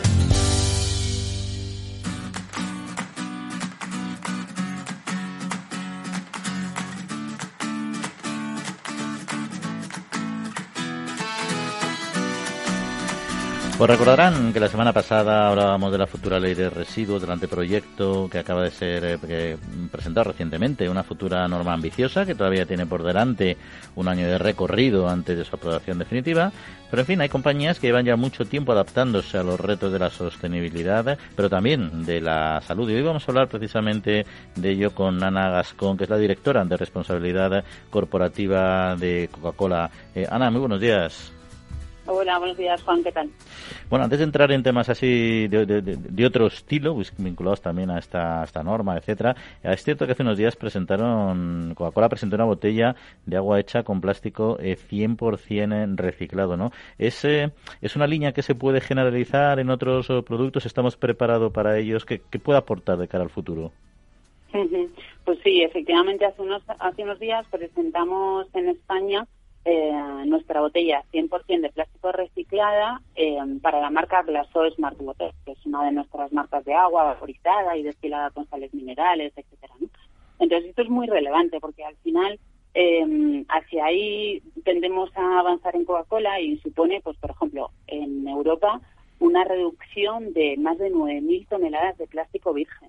Pues recordarán que la semana pasada hablábamos de la futura ley de residuos, del anteproyecto que acaba de ser presentado recientemente, una futura norma ambiciosa que todavía tiene por delante un año de recorrido antes de su aprobación definitiva. Pero en fin, hay compañías que llevan ya mucho tiempo adaptándose a los retos de la sostenibilidad, pero también de la salud. Y hoy vamos a hablar precisamente de ello con Ana Gascón, que es la directora de responsabilidad corporativa de Coca-Cola. Ana, muy buenos días. Hola, buenos días, Juan, ¿qué tal? Bueno, antes de entrar en temas así de otro estilo, pues, vinculados también a esta norma, etcétera, es cierto que hace unos días Coca-Cola presentó una botella de agua hecha con plástico 100% reciclado, ¿no? ¿Es una línea que se puede generalizar en otros productos? ¿Estamos preparados para ellos? ¿Qué puede aportar de cara al futuro? Pues sí, efectivamente, hace unos días presentamos en España nuestra botella 100% de plástico reciclada para la marca Glaso Smart Water, que es una de nuestras marcas de agua vaporizada y destilada con sales minerales, etcétera, ¿no? Entonces esto es muy relevante porque al final hacia ahí tendemos a avanzar en Coca-Cola y supone, pues por ejemplo, en Europa una reducción de más de 9.000 toneladas de plástico virgen.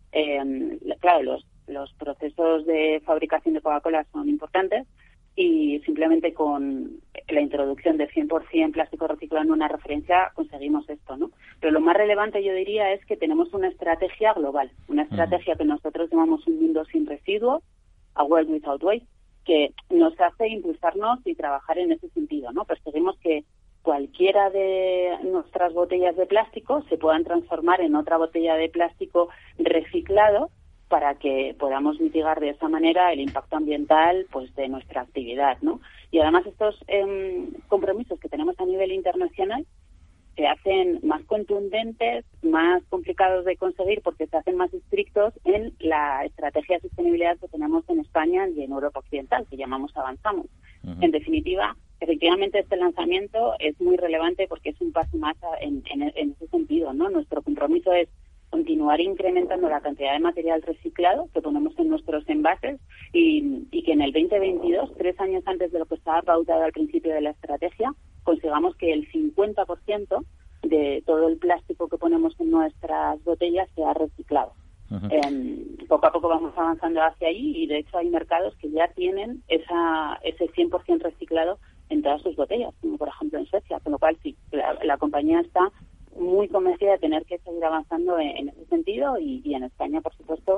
Claro, los procesos de fabricación de Coca-Cola son importantes y simplemente con la introducción de 100% plástico reciclado en una referencia conseguimos esto, ¿no? Pero lo más relevante, yo diría, es que tenemos una estrategia global, una estrategia que nosotros llamamos un mundo sin residuos, a world without waste, que nos hace impulsarnos y trabajar en ese sentido, ¿no? Perseguimos que cualquiera de nuestras botellas de plástico se puedan transformar en otra botella de plástico reciclado para que podamos mitigar de esa manera el impacto ambiental pues de nuestra actividad, ¿no? Y además estos compromisos que tenemos a nivel internacional se hacen más contundentes, más complicados de conseguir porque se hacen más estrictos en la estrategia de sostenibilidad que tenemos en España y en Europa Occidental, que llamamos Avanzamos. Uh-huh. En definitiva, efectivamente este lanzamiento es muy relevante porque es un paso más en ese sentido, ¿no? Nuestro compromiso es continuar incrementando la cantidad de material reciclado que ponemos en nuestros envases y que en el 2022, 3 años antes de lo que estaba pautado al principio de la estrategia, consigamos que el 50% de todo el plástico que ponemos en nuestras botellas sea reciclado. Uh-huh. Poco a poco vamos avanzando hacia ahí y de hecho hay mercados que ya tienen ese 100% reciclado en todas sus botellas, como por ejemplo en Suecia, con lo cual sí, la compañía está muy convencida de tener que seguir avanzando en ese sentido y en España, por supuesto,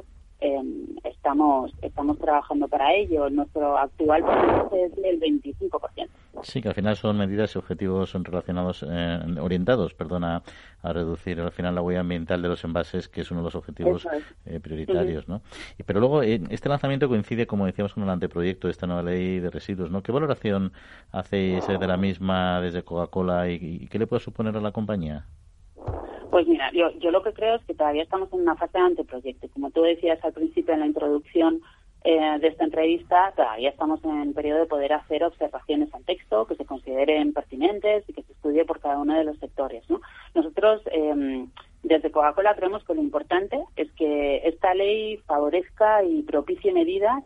estamos trabajando para ello. Nuestro actual porcentaje es del 25%. Sí, que al final son medidas y objetivos relacionados, orientados, a reducir al final la huella ambiental de los envases, que es uno de los objetivos prioritarios, ¿no? Pero luego, este lanzamiento coincide, como decíamos, con el anteproyecto de esta nueva ley de residuos, ¿no? ¿Qué valoración hacéis de la misma desde Coca-Cola y qué le puede suponer a la compañía? Pues mira, yo lo que creo es que todavía estamos en una fase de anteproyecto. Como tú decías al principio en la introducción de esta entrevista, todavía estamos en periodo de poder hacer observaciones al texto que se consideren pertinentes y que se estudie por cada uno de los sectores, ¿no? Nosotros, desde Coca-Cola, creemos que lo importante es que esta ley favorezca y propicie medidas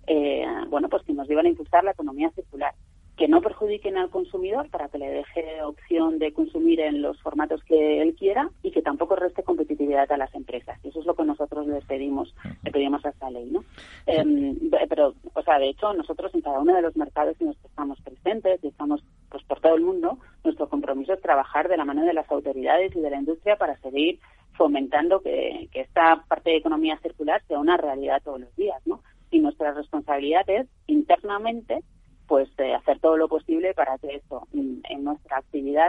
pues que nos llevan a impulsar la economía circular, que no perjudiquen al consumidor para que le deje opción de consumir en los formatos que él quiera y que tampoco reste competitividad a las empresas. Y eso es lo que nosotros le pedimos a esta ley, ¿no? Pero, de hecho, nosotros en cada uno de los mercados en los que estamos presentes y estamos pues por todo el mundo, nuestro compromiso es trabajar de la mano de las autoridades y de la industria para seguir fomentando que esta parte de economía circular sea una realidad todos los días, ¿no? Y nuestra responsabilidad es internamente pues hacer todo lo posible para que eso en nuestra actividad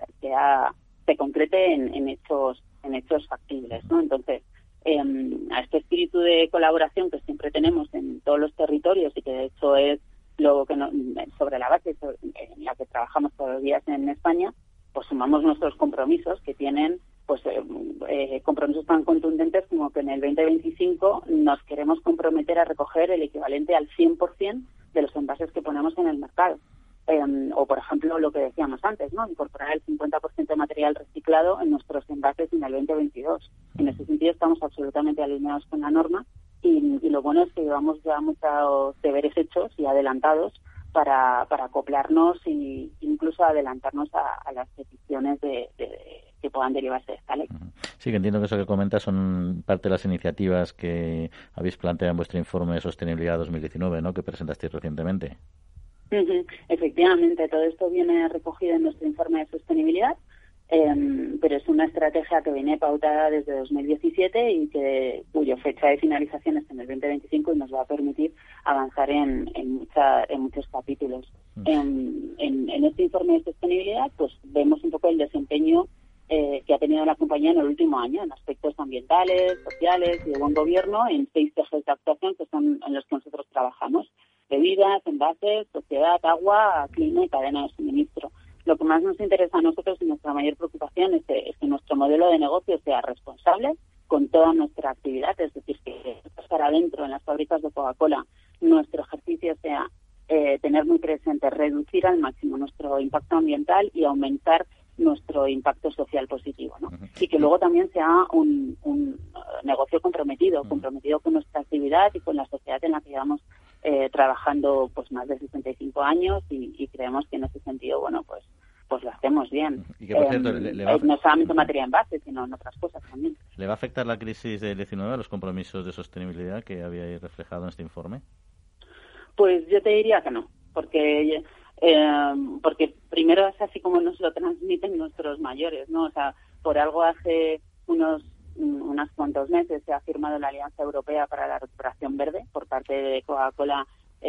se concrete en hechos factibles, ¿no? Entonces, a este espíritu de colaboración que siempre tenemos en todos los territorios y que de hecho es lo que sobre la base en la que trabajamos todos los días en España, pues sumamos nuestros compromisos que tienen compromisos tan contundentes como que en el 2025 nos queremos comprometer a recoger el equivalente al 100% de los envases que ponemos en el mercado. O, por ejemplo, lo que decíamos antes, ¿no? Incorporar el 50% de material reciclado en nuestros envases en el 2022. En ese sentido estamos absolutamente alineados con la norma y lo bueno es que llevamos ya muchos deberes hechos y adelantados para acoplarnos e incluso adelantarnos a las peticiones que puedan derivarse de esta ley. Sí, que entiendo que eso que comentas son parte de las iniciativas que habéis planteado en vuestro informe de sostenibilidad 2019, ¿no?, que presentasteis recientemente. Efectivamente, todo esto viene recogido en nuestro informe de sostenibilidad, pero es una estrategia que viene pautada desde 2017 y cuya fecha de finalización es en el 2025 y nos va a permitir avanzar en muchos capítulos. En este informe de sostenibilidad pues vemos un poco el desempeño que ha tenido la compañía en el último año en aspectos ambientales, sociales y de buen gobierno en 6 ejes de actuación que son en los que nosotros trabajamos: bebidas, envases, sociedad, agua, clima y cadena de suministro. Lo que más nos interesa a nosotros y nuestra mayor preocupación es que nuestro modelo de negocio sea responsable con toda nuestra actividad, es decir, que para adentro en las fábricas de Coca-Cola nuestro ejercicio sea tener muy presente reducir al máximo nuestro impacto ambiental y aumentar nuestro impacto social positivo, ¿no? Y que luego también sea un negocio comprometido con nuestra actividad y con la sociedad en la que llevamos trabajando pues más de 65 años y creemos que en ese sentido, pues lo hacemos bien. Y que, por cierto, no solamente en materia de envase, sino en otras cosas también. ¿Le va a afectar la crisis del 19 a los compromisos de sostenibilidad que había reflejado en este informe? Pues yo te diría que no, porque primero es así como nos lo transmiten nuestros mayores, ¿no? O sea, por algo hace unos cuantos meses se ha firmado la Alianza Europea para la Recuperación Verde por parte de Coca-Cola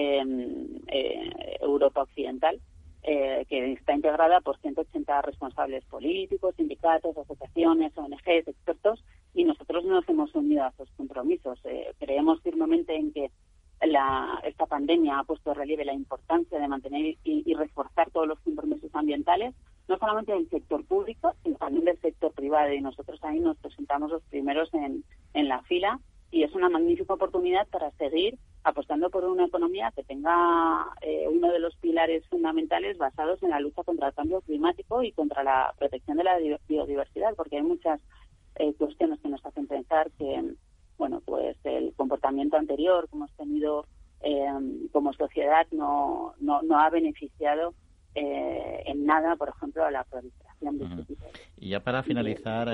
Europa Occidental, que está integrada por 180 responsables políticos, sindicatos, asociaciones, ONGs, expertos, y nosotros nos hemos unido a estos compromisos. Creemos firmemente en que esta pandemia ha puesto de relieve la importancia de mantener y reforzar todos los compromisos ambientales, no solamente del sector público, sino también del sector privado, y nosotros ahí nos presentamos los primeros en la fila, y es una magnífica oportunidad para seguir apostando por una economía que tenga uno de los pilares fundamentales basados en la lucha contra el cambio climático y contra la protección de la biodiversidad, porque hay muchas cuestiones que nos hacen pensar que, bueno, pues el comportamiento anterior que hemos tenido como sociedad no ha beneficiado en nada, por ejemplo, a la proliferación de este tipo. Y ya para finalizar,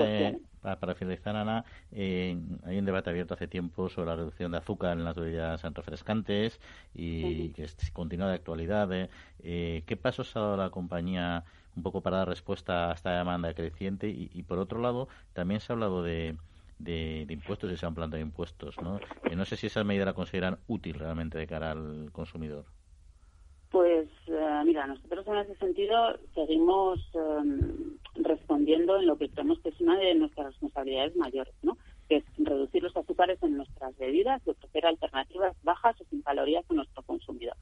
Ana, hay un debate abierto hace tiempo sobre la reducción de azúcar en las bebidas refrescantes y que continúa de actualidad. ¿Qué pasos ha dado la compañía un poco para dar respuesta a esta demanda creciente? Y por otro lado, también se ha hablado de impuestos y se han planteado impuestos, ¿no? No sé si esa medida la consideran útil realmente de cara al consumidor. Pues mira, nosotros en ese sentido seguimos respondiendo en lo que creemos que es una de nuestras responsabilidades mayores, ¿no? Que es reducir los azúcares en nuestras bebidas y ofrecer alternativas bajas o sin calorías a nuestro consumidor.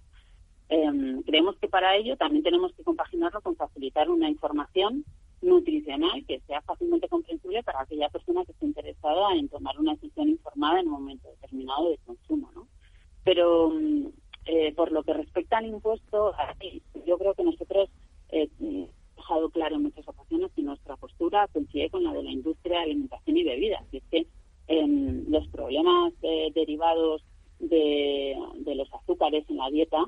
Creemos que para ello también tenemos que compaginarlo con facilitar una información nutricional que sea fácilmente comprensible para aquella persona que esté interesada en tomar una decisión informada en un momento determinado de consumo, ¿no? Pero por lo que respecta al impuesto, yo creo que nosotros hemos dejado claro en muchas ocasiones que nuestra postura coincide con la de la industria de alimentación y bebidas. Y es que los problemas derivados de los azúcares en la dieta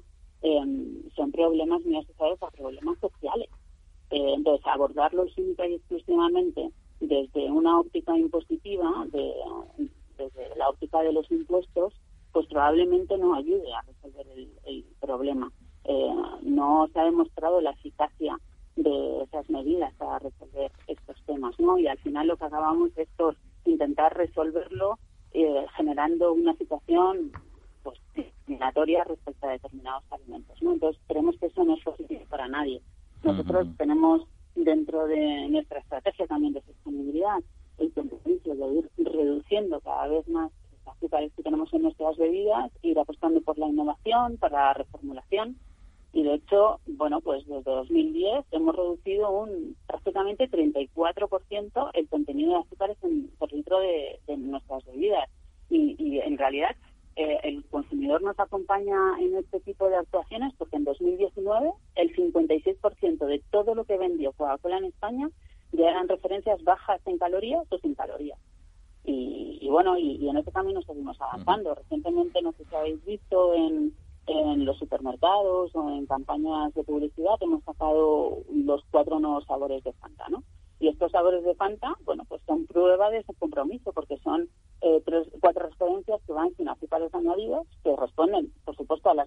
son problemas muy asociados a problemas sociales. Entonces, abordarlos única y exclusivamente desde una óptica impositiva, desde la óptica de los impuestos, pues probablemente no ayude a resolver el problema. No se ha demostrado la eficacia de esas medidas para resolver estos temas, ¿no? Y al final lo que acabamos es por intentar resolverlo generando una situación pues discriminatoria respecto a determinados alimentos, ¿no? Entonces creemos que eso no es positivo para nadie. Nosotros tenemos dentro de nuestra estrategia también de sostenibilidad el compromiso de ir reduciendo cada vez más los azúcares que tenemos en nuestras bebidas, ir apostando por la innovación, para la reformulación, y de hecho, bueno, pues desde 2010 hemos reducido prácticamente 34% el contenido de azúcares por litro de nuestras bebidas, y en realidad el consumidor nos acompaña en este tipo de actuaciones porque en 2019 el 56% de todo lo que vendió Coca-Cola en España ya eran referencias bajas en calorías o sin calorías. Y bueno, y en este camino seguimos avanzando. Recientemente, no sé si habéis visto en los supermercados o en campañas de publicidad, hemos sacado los 4 nuevos sabores de Fanta, ¿no? Y estos sabores de Fanta, bueno, pues son prueba de ese compromiso, porque son 4 referencias que van sin azúcares añadidos, que responden, por supuesto, a las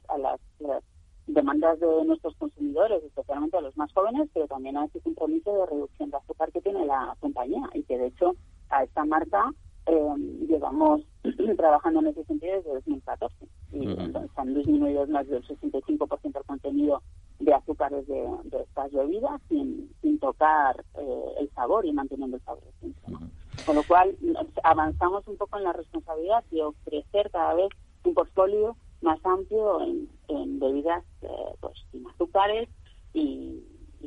demandas de nuestros consumidores, especialmente a los más jóvenes, pero también a ese compromiso de reducción de azúcar que tiene la compañía, y que de hecho a esta marca llevamos trabajando en ese sentido desde 2014. Y entonces han disminuido más del 65% el contenido de azúcares de estas bebidas sin tocar el sabor y manteniendo el sabor siempre, ¿no? Con lo cual avanzamos un poco en la responsabilidad de ofrecer cada vez un portfolio más amplio en bebidas pues sin azúcares, y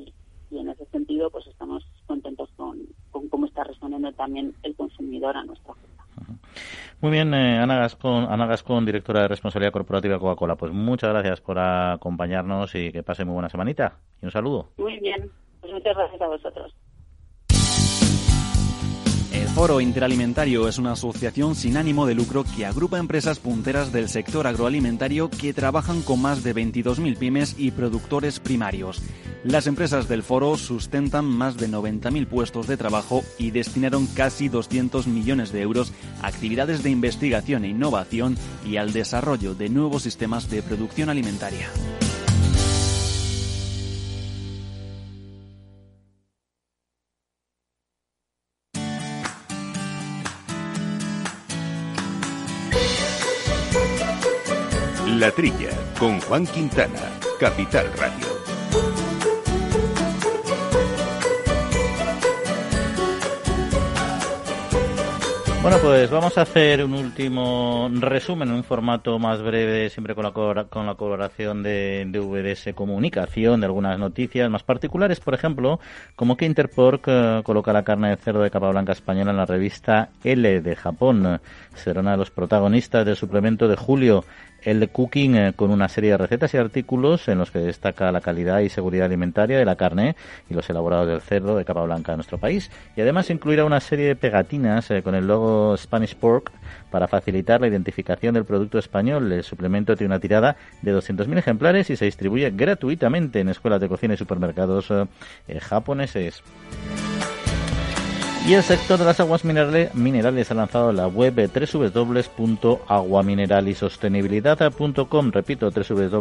en ese sentido pues estamos contentos con cómo está respondiendo también el consumidor a nuestra oferta. Muy bien, Ana Gascón, directora de Responsabilidad Corporativa de Coca-Cola. Pues muchas gracias por acompañarnos y que pase muy buena semanita. Y un saludo. Muy bien, pues muchas gracias a vosotros. El Foro Interalimentario es una asociación sin ánimo de lucro que agrupa empresas punteras del sector agroalimentario que trabajan con más de 22.000 pymes y productores primarios. Las empresas del foro sustentan más de 90.000 puestos de trabajo y destinaron casi 200 millones de euros a actividades de investigación e innovación y al desarrollo de nuevos sistemas de producción alimentaria. La Trilla, con Juan Quintana, Capital Radio. Bueno, pues vamos a hacer un último resumen en un formato más breve, siempre con la colaboración de VDS Comunicación, de algunas noticias más particulares, por ejemplo, como que Interpork coloca la carne de cerdo de capa blanca española en la revista L de Japón. Será uno de los protagonistas del suplemento de julio, el de Cooking, con una serie de recetas y artículos en los que destaca la calidad y seguridad alimentaria de la carne y los elaborados del cerdo de capa blanca de nuestro país. Y además incluirá una serie de pegatinas con el logo Spanish Pork para facilitar la identificación del producto español. El suplemento tiene una tirada de 200.000 ejemplares y se distribuye gratuitamente en escuelas de cocina y supermercados japoneses. Y el sector de las aguas minerales ha lanzado la web www.aguamineralisostenibilidad.com, repito,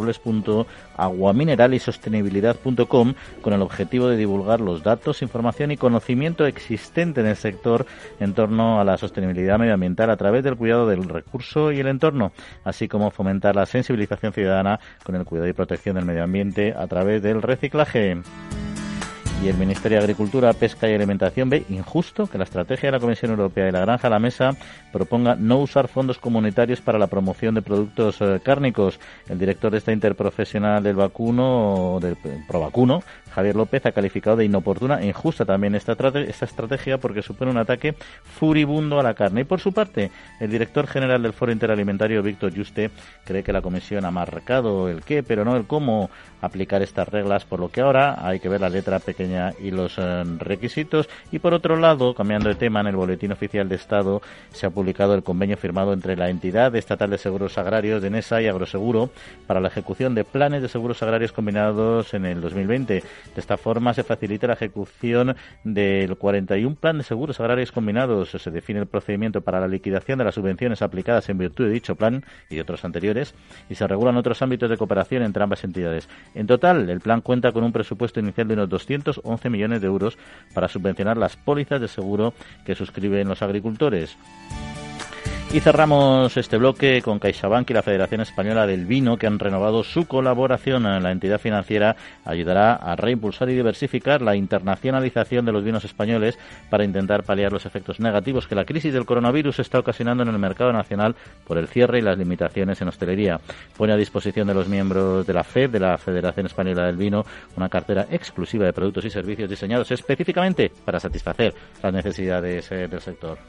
www.aguamineralisostenibilidad.com, con el objetivo de divulgar los datos, información y conocimiento existente en el sector en torno a la sostenibilidad medioambiental a través del cuidado del recurso y el entorno, así como fomentar la sensibilización ciudadana con el cuidado y protección del medio ambiente a través del reciclaje. Y el Ministerio de Agricultura, Pesca y Alimentación ve injusto que la estrategia de la Comisión Europea y la Granja a la Mesa proponga no usar fondos comunitarios para la promoción de productos cárnicos. El director de esta interprofesional del vacuno, del Provacuno, Javier López, ha calificado de inoportuna e injusta también esta estrategia porque supone un ataque furibundo a la carne. Y por su parte, el director general del Foro Interalimentario, Víctor Yuste, cree que la Comisión ha marcado el qué, pero no el cómo aplicar estas reglas, por lo que ahora hay que ver la letra pequeña y los requisitos. Y por otro lado, cambiando de tema, en el Boletín Oficial de Estado se ha publicado el convenio firmado entre la Entidad Estatal de Seguros Agrarios de Enesa y Agroseguro para la ejecución de planes de seguros agrarios combinados en el 2020. De esta forma se facilita la ejecución del 41 plan de seguros agrarios combinados. Se define el procedimiento para la liquidación de las subvenciones aplicadas en virtud de dicho plan y de otros anteriores, y se regulan otros ámbitos de cooperación entre ambas entidades. En total, el plan cuenta con un presupuesto inicial de unos 211 millones de euros para subvencionar las pólizas de seguro que suscriben los agricultores. Y cerramos este bloque con CaixaBank y la Federación Española del Vino, que han renovado su colaboración. La entidad financiera ayudará a reimpulsar y diversificar la internacionalización de los vinos españoles para intentar paliar los efectos negativos que la crisis del coronavirus está ocasionando en el mercado nacional por el cierre y las limitaciones en hostelería. Pone a disposición de los miembros de la FED, de la Federación Española del Vino, una cartera exclusiva de productos y servicios diseñados específicamente para satisfacer las necesidades del sector.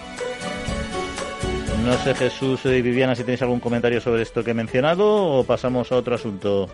No sé, Jesús y Viviana, si tenéis algún comentario sobre esto que he mencionado o pasamos a otro asunto.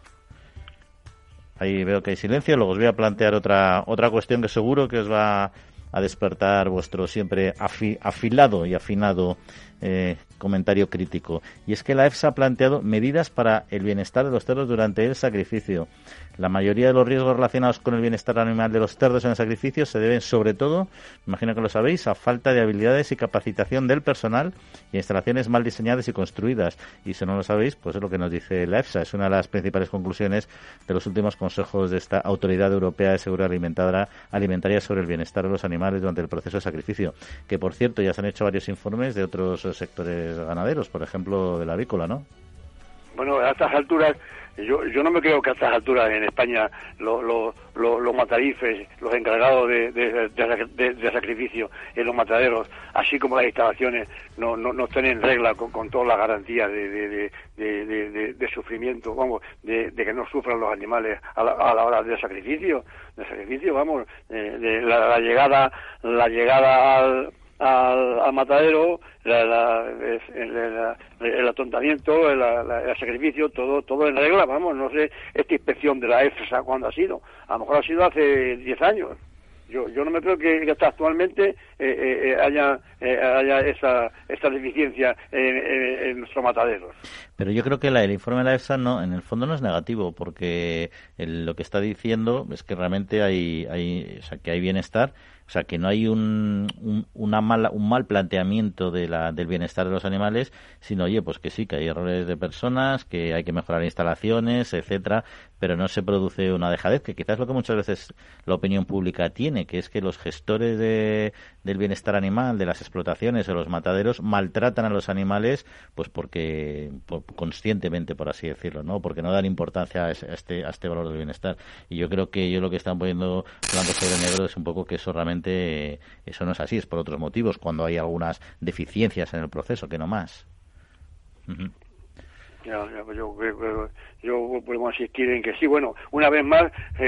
Ahí veo que hay silencio. Luego os voy a plantear otra cuestión que seguro que os va a despertar vuestro siempre afilado y afinado comentario crítico. Y es que la EFSA ha planteado medidas para el bienestar de los cerdos durante el sacrificio. La mayoría de los riesgos relacionados con el bienestar animal de los cerdos en el sacrificio se deben, sobre todo, me imagino que lo sabéis, a falta de habilidades y capacitación del personal y instalaciones mal diseñadas y construidas. Y si no lo sabéis, pues es lo que nos dice la EFSA. Es una de las principales conclusiones de los últimos consejos de esta Autoridad Europea de Seguridad Alimentaria sobre el bienestar de los animales durante el proceso de sacrificio. Que, por cierto, ya se han hecho varios informes de otros sectores ganaderos, por ejemplo, del avícola, ¿no? Bueno, a estas alturas, yo no me creo que a estas alturas en España los matarifes, los encargados de sacrificio en los mataderos, así como las instalaciones, no estén en regla con todas las garantías de sufrimiento, vamos, de que no sufran los animales a la hora del sacrificio, vamos, de la llegada al matadero, el atontamiento, el sacrificio, todo en regla, vamos, no sé esta inspección de la EFSA cuándo ha sido, a lo mejor ha sido hace 10 años. Yo no me creo que hasta actualmente haya esa deficiencia en nuestros mataderos. Pero yo creo que el informe de la EFSA en el fondo no es negativo, porque lo que está diciendo es que realmente hay bienestar, o sea, que no hay un mal planteamiento del bienestar de los animales, sino, oye, pues que sí, que hay errores de personas, que hay que mejorar instalaciones, etcétera, pero no se produce una dejadez, que quizás es lo que muchas veces la opinión pública tiene, que es que los gestores del bienestar animal, de las explotaciones o los mataderos, maltratan a los animales, pues porque conscientemente, por así decirlo, ¿no? Porque no dan importancia a este valor del bienestar. Y yo creo que lo que están poniendo blanco sobre negro es un poco que eso realmente eso no es así, es por otros motivos, cuando hay algunas deficiencias en el proceso, que no más. Uh-huh. Pues yo podemos insistir en que sí. Bueno, una vez más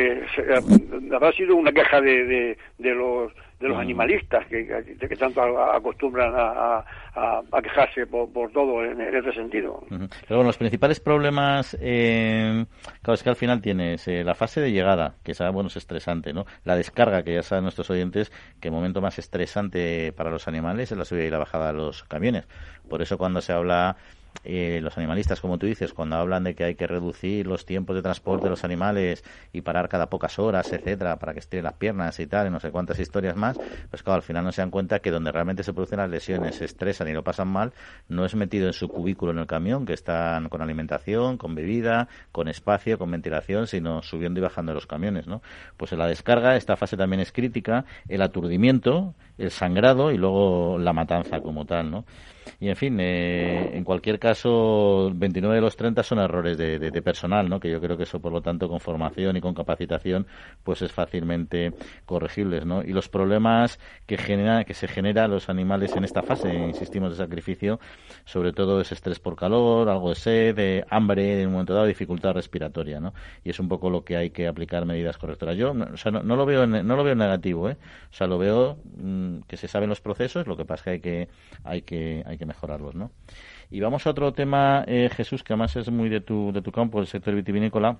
habrá sido una queja de los animalistas que tanto acostumbran a quejarse por todo en ese sentido. Uh-huh. Pero bueno, los principales problemas, claro, es que al final tienes la fase de llegada, que es estresante, ¿no? La descarga, que ya saben nuestros oyentes que el momento más estresante para los animales es la subida y la bajada de los camiones. Por eso cuando se habla los animalistas, como tú dices, cuando hablan de que hay que reducir los tiempos de transporte de los animales y parar cada pocas horas, etcétera, para que estiren las piernas y tal, y no sé cuántas historias más, pues claro, al final no se dan cuenta que donde realmente se producen las lesiones, se estresan y lo pasan mal, no es metido en su cubículo en el camión, que están con alimentación, con bebida, con espacio, con ventilación, sino subiendo y bajando de los camiones, ¿no? Pues en la descarga esta fase también es crítica, el aturdimiento, el sangrado y luego la matanza como tal, ¿no? Y en fin, en cualquier caso, 29 de los 30 son errores de personal, ¿no? Que yo creo que eso, por lo tanto, con formación y con capacitación, pues es fácilmente corregibles, ¿no? Y los problemas que se generan los animales en esta fase, insistimos, de sacrificio, sobre todo es estrés por calor, algo de sed, hambre, en un momento dado, dificultad respiratoria, ¿no? Y es un poco lo que hay que aplicar medidas correctoras. Yo, no lo veo negativo, ¿eh? O sea, lo veo que se saben los procesos, lo que pasa es que hay que mejorarlos, ¿no? Y vamos a otro tema, Jesús, que además es muy de tu campo, el sector vitivinícola.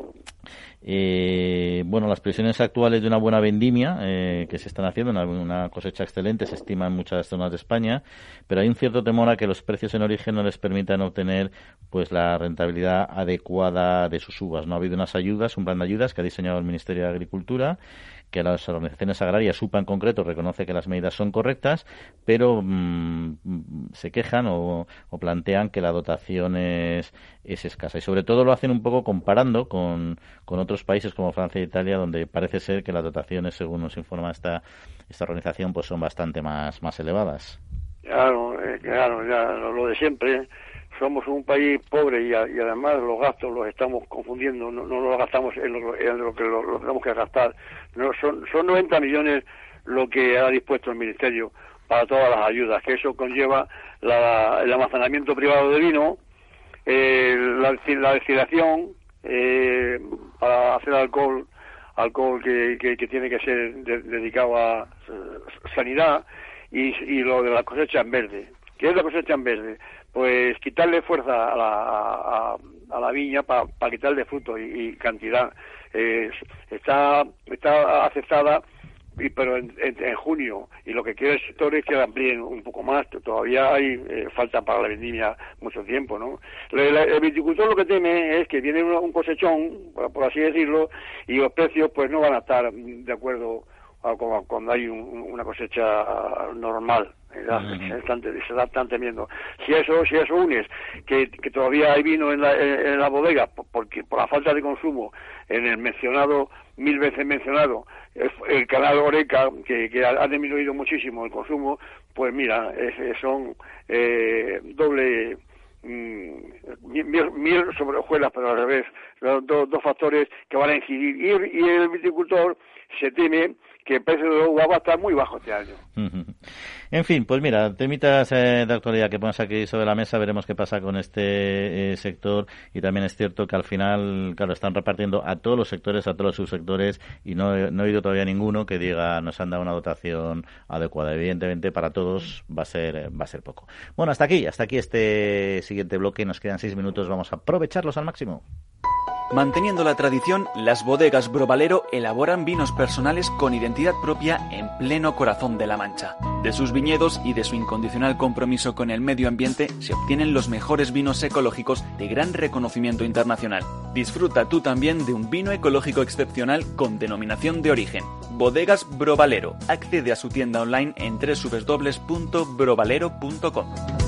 Las previsiones actuales de una buena vendimia que se están haciendo, una cosecha excelente, se estima en muchas zonas de España, pero hay un cierto temor a que los precios en origen no les permitan obtener pues la rentabilidad adecuada de sus uvas. No ha habido un plan de ayudas que ha diseñado el Ministerio de Agricultura, que las organizaciones agrarias, UPA en concreto, reconoce que las medidas son correctas, pero se quejan o plantean que la dotación es escasa. Y sobre todo lo hacen un poco comparando con otros países como Francia e Italia, donde parece ser que las dotaciones, según nos informa esta organización, pues son bastante más elevadas. Claro, ya lo de siempre. Somos un país pobre y además los gastos los estamos confundiendo, no los gastamos en lo que lo tenemos que gastar. No, son 90 millones lo que ha dispuesto el Ministerio para todas las ayudas, que eso conlleva el almacenamiento privado de vino, la destilación para hacer alcohol que tiene que ser dedicado a sanidad y lo de la cosecha en verde. ¿Qué es la cosecha en verde? Pues quitarle fuerza a la viña para quitarle fruto y cantidad. Está aceptada, pero en junio, y lo que quiere el sector es que la amplíen un poco más. Todavía hay falta para la vendimia mucho tiempo, ¿no? El viticultor lo que teme es que viene un cosechón, por así decirlo, y los precios pues no van a estar de acuerdo cuando hay una cosecha normal. Se están temiendo. Si eso unes que todavía hay vino en la bodega porque por la falta de consumo en el mil veces mencionado el canal Oreca que ha disminuido muchísimo el consumo, pues mira, son doble miel sobre hojuelas, pero al revés, dos factores que van a incidir y el viticultor se teme que el precio de la uva va a estar muy bajo este año. En fin, pues mira, temitas de actualidad que ponemos aquí sobre la mesa, veremos qué pasa con este sector, y también es cierto que al final, claro, están repartiendo a todos los sectores, a todos los subsectores, y no he oído todavía ninguno que diga nos han dado una dotación adecuada. Evidentemente para todos va a ser poco. Bueno, hasta aquí este siguiente bloque, nos quedan 6 minutos, vamos a aprovecharlos al máximo. Manteniendo la tradición, las bodegas Brovalero elaboran vinos personales con identidad propia en pleno corazón de La Mancha. De sus viñedos y de su incondicional compromiso con el medio ambiente se obtienen los mejores vinos ecológicos de gran reconocimiento internacional. Disfruta tú también de un vino ecológico excepcional con denominación de origen. Bodegas Brovalero. Accede a su tienda online en www.brovalero.com.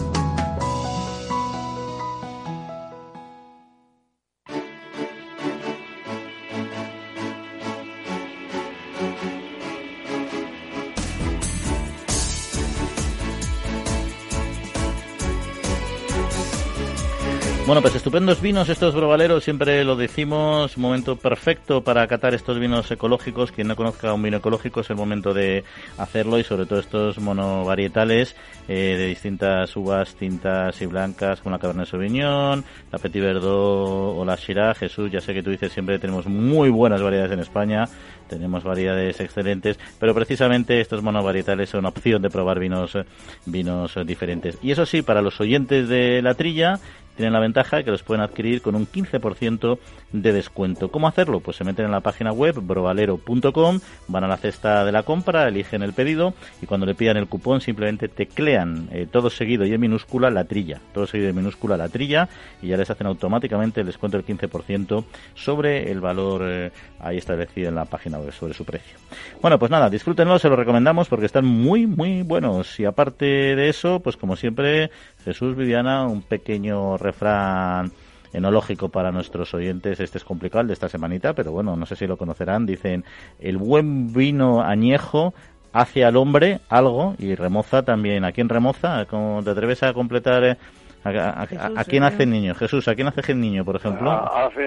Bueno, pues estupendos vinos estos Brovalero, siempre lo decimos, momento perfecto para catar estos vinos ecológicos. Quien no conozca un vino ecológico es el momento de hacerlo, y sobre todo estos monovarietales de distintas uvas tintas y blancas, como la Cabernet Sauvignon, la Petit Verdot o la Shiraz. Jesús, ya sé que tú dices siempre tenemos muy buenas variedades en España, tenemos variedades excelentes, pero precisamente estos monovarietales son una opción de probar vinos diferentes. Y eso sí, para los oyentes de La Trilla, tienen la ventaja de que los pueden adquirir con un 15% de descuento. ¿Cómo hacerlo? Pues se meten en la página web brovalero.com, van a la cesta de la compra, eligen el pedido y cuando le pidan el cupón simplemente teclean todo seguido y en minúscula La Trilla. Todo seguido en minúscula La Trilla y ya les hacen automáticamente el descuento del 15% sobre el valor ahí establecido en la página web, sobre su precio. Bueno, pues nada, disfrútenlo, se lo recomendamos porque están muy, muy buenos. Y aparte de eso, pues como siempre, Jesús, Viviana, un pequeño refrán enológico para nuestros oyentes. Este es complicado, el de esta semanita, pero bueno, no sé si lo conocerán. Dicen, el buen vino añejo hace al hombre algo y remoza también. ¿A quién remoza? ¿Cómo te atreves a completar? ¿A quién hace el niño? Jesús, ¿a quién hace el niño, por ejemplo? Hace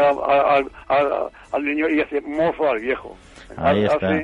al niño y hace mozo al viejo. Ahí está.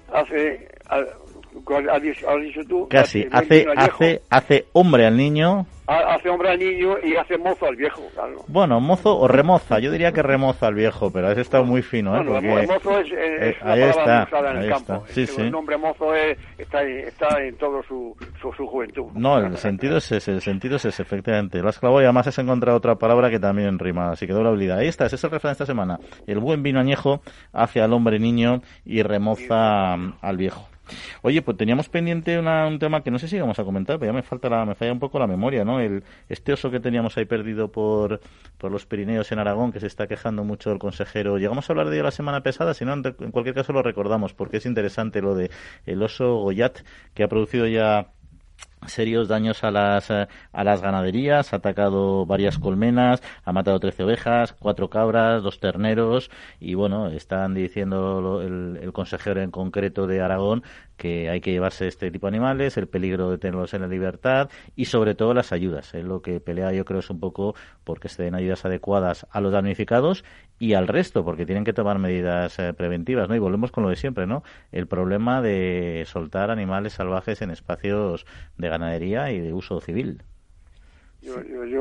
Has dicho tú. Casi, hace hombre al niño. Hace hombre al niño y hace mozo al viejo, claro. Bueno, mozo o remoza, yo diría que remoza al viejo, pero has estado muy fino, ¿eh? Bueno, porque... el mozo es ahí una está, palabra usada en el campo. Sí, sí. El nombre mozo está en toda su juventud. No, el sentido es ese, efectivamente. Lo has clavado y además has encontrado otra palabra que también rima, así que doble habilidad. Ahí está, ese es el refrán de esta semana. El buen vino añejo hace al hombre niño y remoza al viejo. Oye, pues teníamos pendiente un tema que no sé si íbamos a comentar, pero ya me falla un poco la memoria, ¿no? Este oso que teníamos ahí perdido por los Pirineos en Aragón, que se está quejando mucho el consejero. Llegamos a hablar de ello la semana pasada, si no, en cualquier caso lo recordamos, porque es interesante lo de el oso Goyat, que ha producido ya serios daños a las ganaderías, ha atacado varias colmenas, ha matado 13 ovejas, 4 cabras, 2 terneros y bueno, están diciendo el consejero en concreto de Aragón que hay que llevarse este tipo de animales, el peligro de tenerlos en la libertad y sobre todo las ayudas. Lo que pelea yo creo es un poco porque se den ayudas adecuadas a los damnificados y al resto, porque tienen que tomar medidas preventivas, ¿no? Y volvemos con lo de siempre, ¿no? El problema de soltar animales salvajes en espacios de ganadería y de uso civil. Yo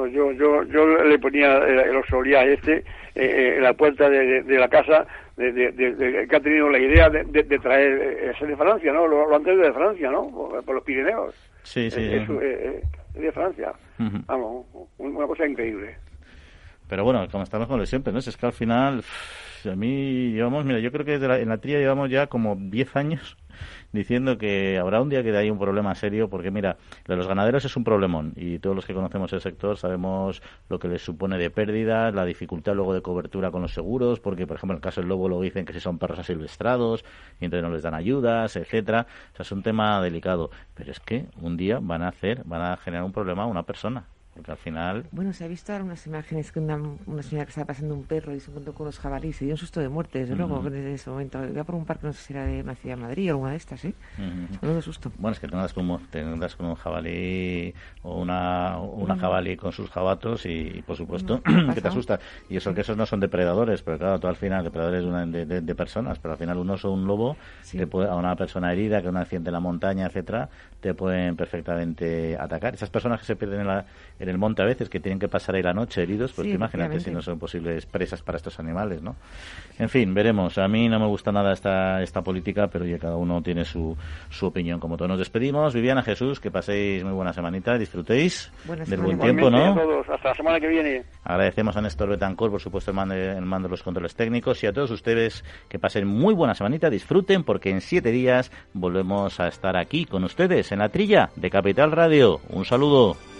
le ponía el osolía en la puerta de la casa que ha tenido la idea de traer ese de Francia, ¿no? Lo han traído de Francia, ¿no? Por los Pirineos. Sí. Es de Francia. Uh-huh. Vamos, una cosa increíble. Pero bueno, como estamos con lo de siempre, ¿no? Es que al final, a mí llevamos, mira, yo creo que en la Trilla llevamos ya como 10 años diciendo que habrá un día que hay un problema serio, porque mira, lo de los ganaderos es un problemón y todos los que conocemos el sector sabemos lo que les supone de pérdidas, la dificultad luego de cobertura con los seguros, porque por ejemplo en el caso del lobo lo dicen que si son perros asilvestrados y entonces no les dan ayudas, etcétera. O sea, es un tema delicado, pero es que un día van a generar un problema a una persona. Porque al final... Bueno, se ha visto ahora unas imágenes que una señora que estaba pasando un perro y se encontró con unos jabalíes, se dio un susto de muerte, desde luego, desde ese momento. Iba por un parque, no sé si era de una ciudad de Madrid o alguna de estas, ¿sí? Un susto. Bueno, es que te andas con un jabalí o una jabalí con sus jabatos y por supuesto, que te asusta. Y eso que esos no son depredadores, pero claro, tú al final, depredadores de personas, pero al final un oso o un lobo, sí, a una persona herida, que un accidente en la montaña, etcétera, te pueden perfectamente atacar. Esas personas que se pierden en el monte a veces, que tienen que pasar ahí la noche heridos, pues Sí, imagínate si efectivamente. no son posibles presas para estos animales, ¿no? En fin, veremos. A mí no me gusta nada esta política, pero oye, cada uno tiene su opinión. Como todos nos despedimos, Viviana, Jesús, que paséis muy buena semanita, disfrutéis Buena del semana. buen tiempo, ¿no? A todos, hasta la semana que viene. Agradecemos a Néstor Betancourt, por supuesto, el mando de los controles técnicos, y a todos ustedes que pasen muy buena semanita, disfruten, porque en 7 días volvemos a estar aquí con ustedes en la trilla de Capital Radio. Un saludo.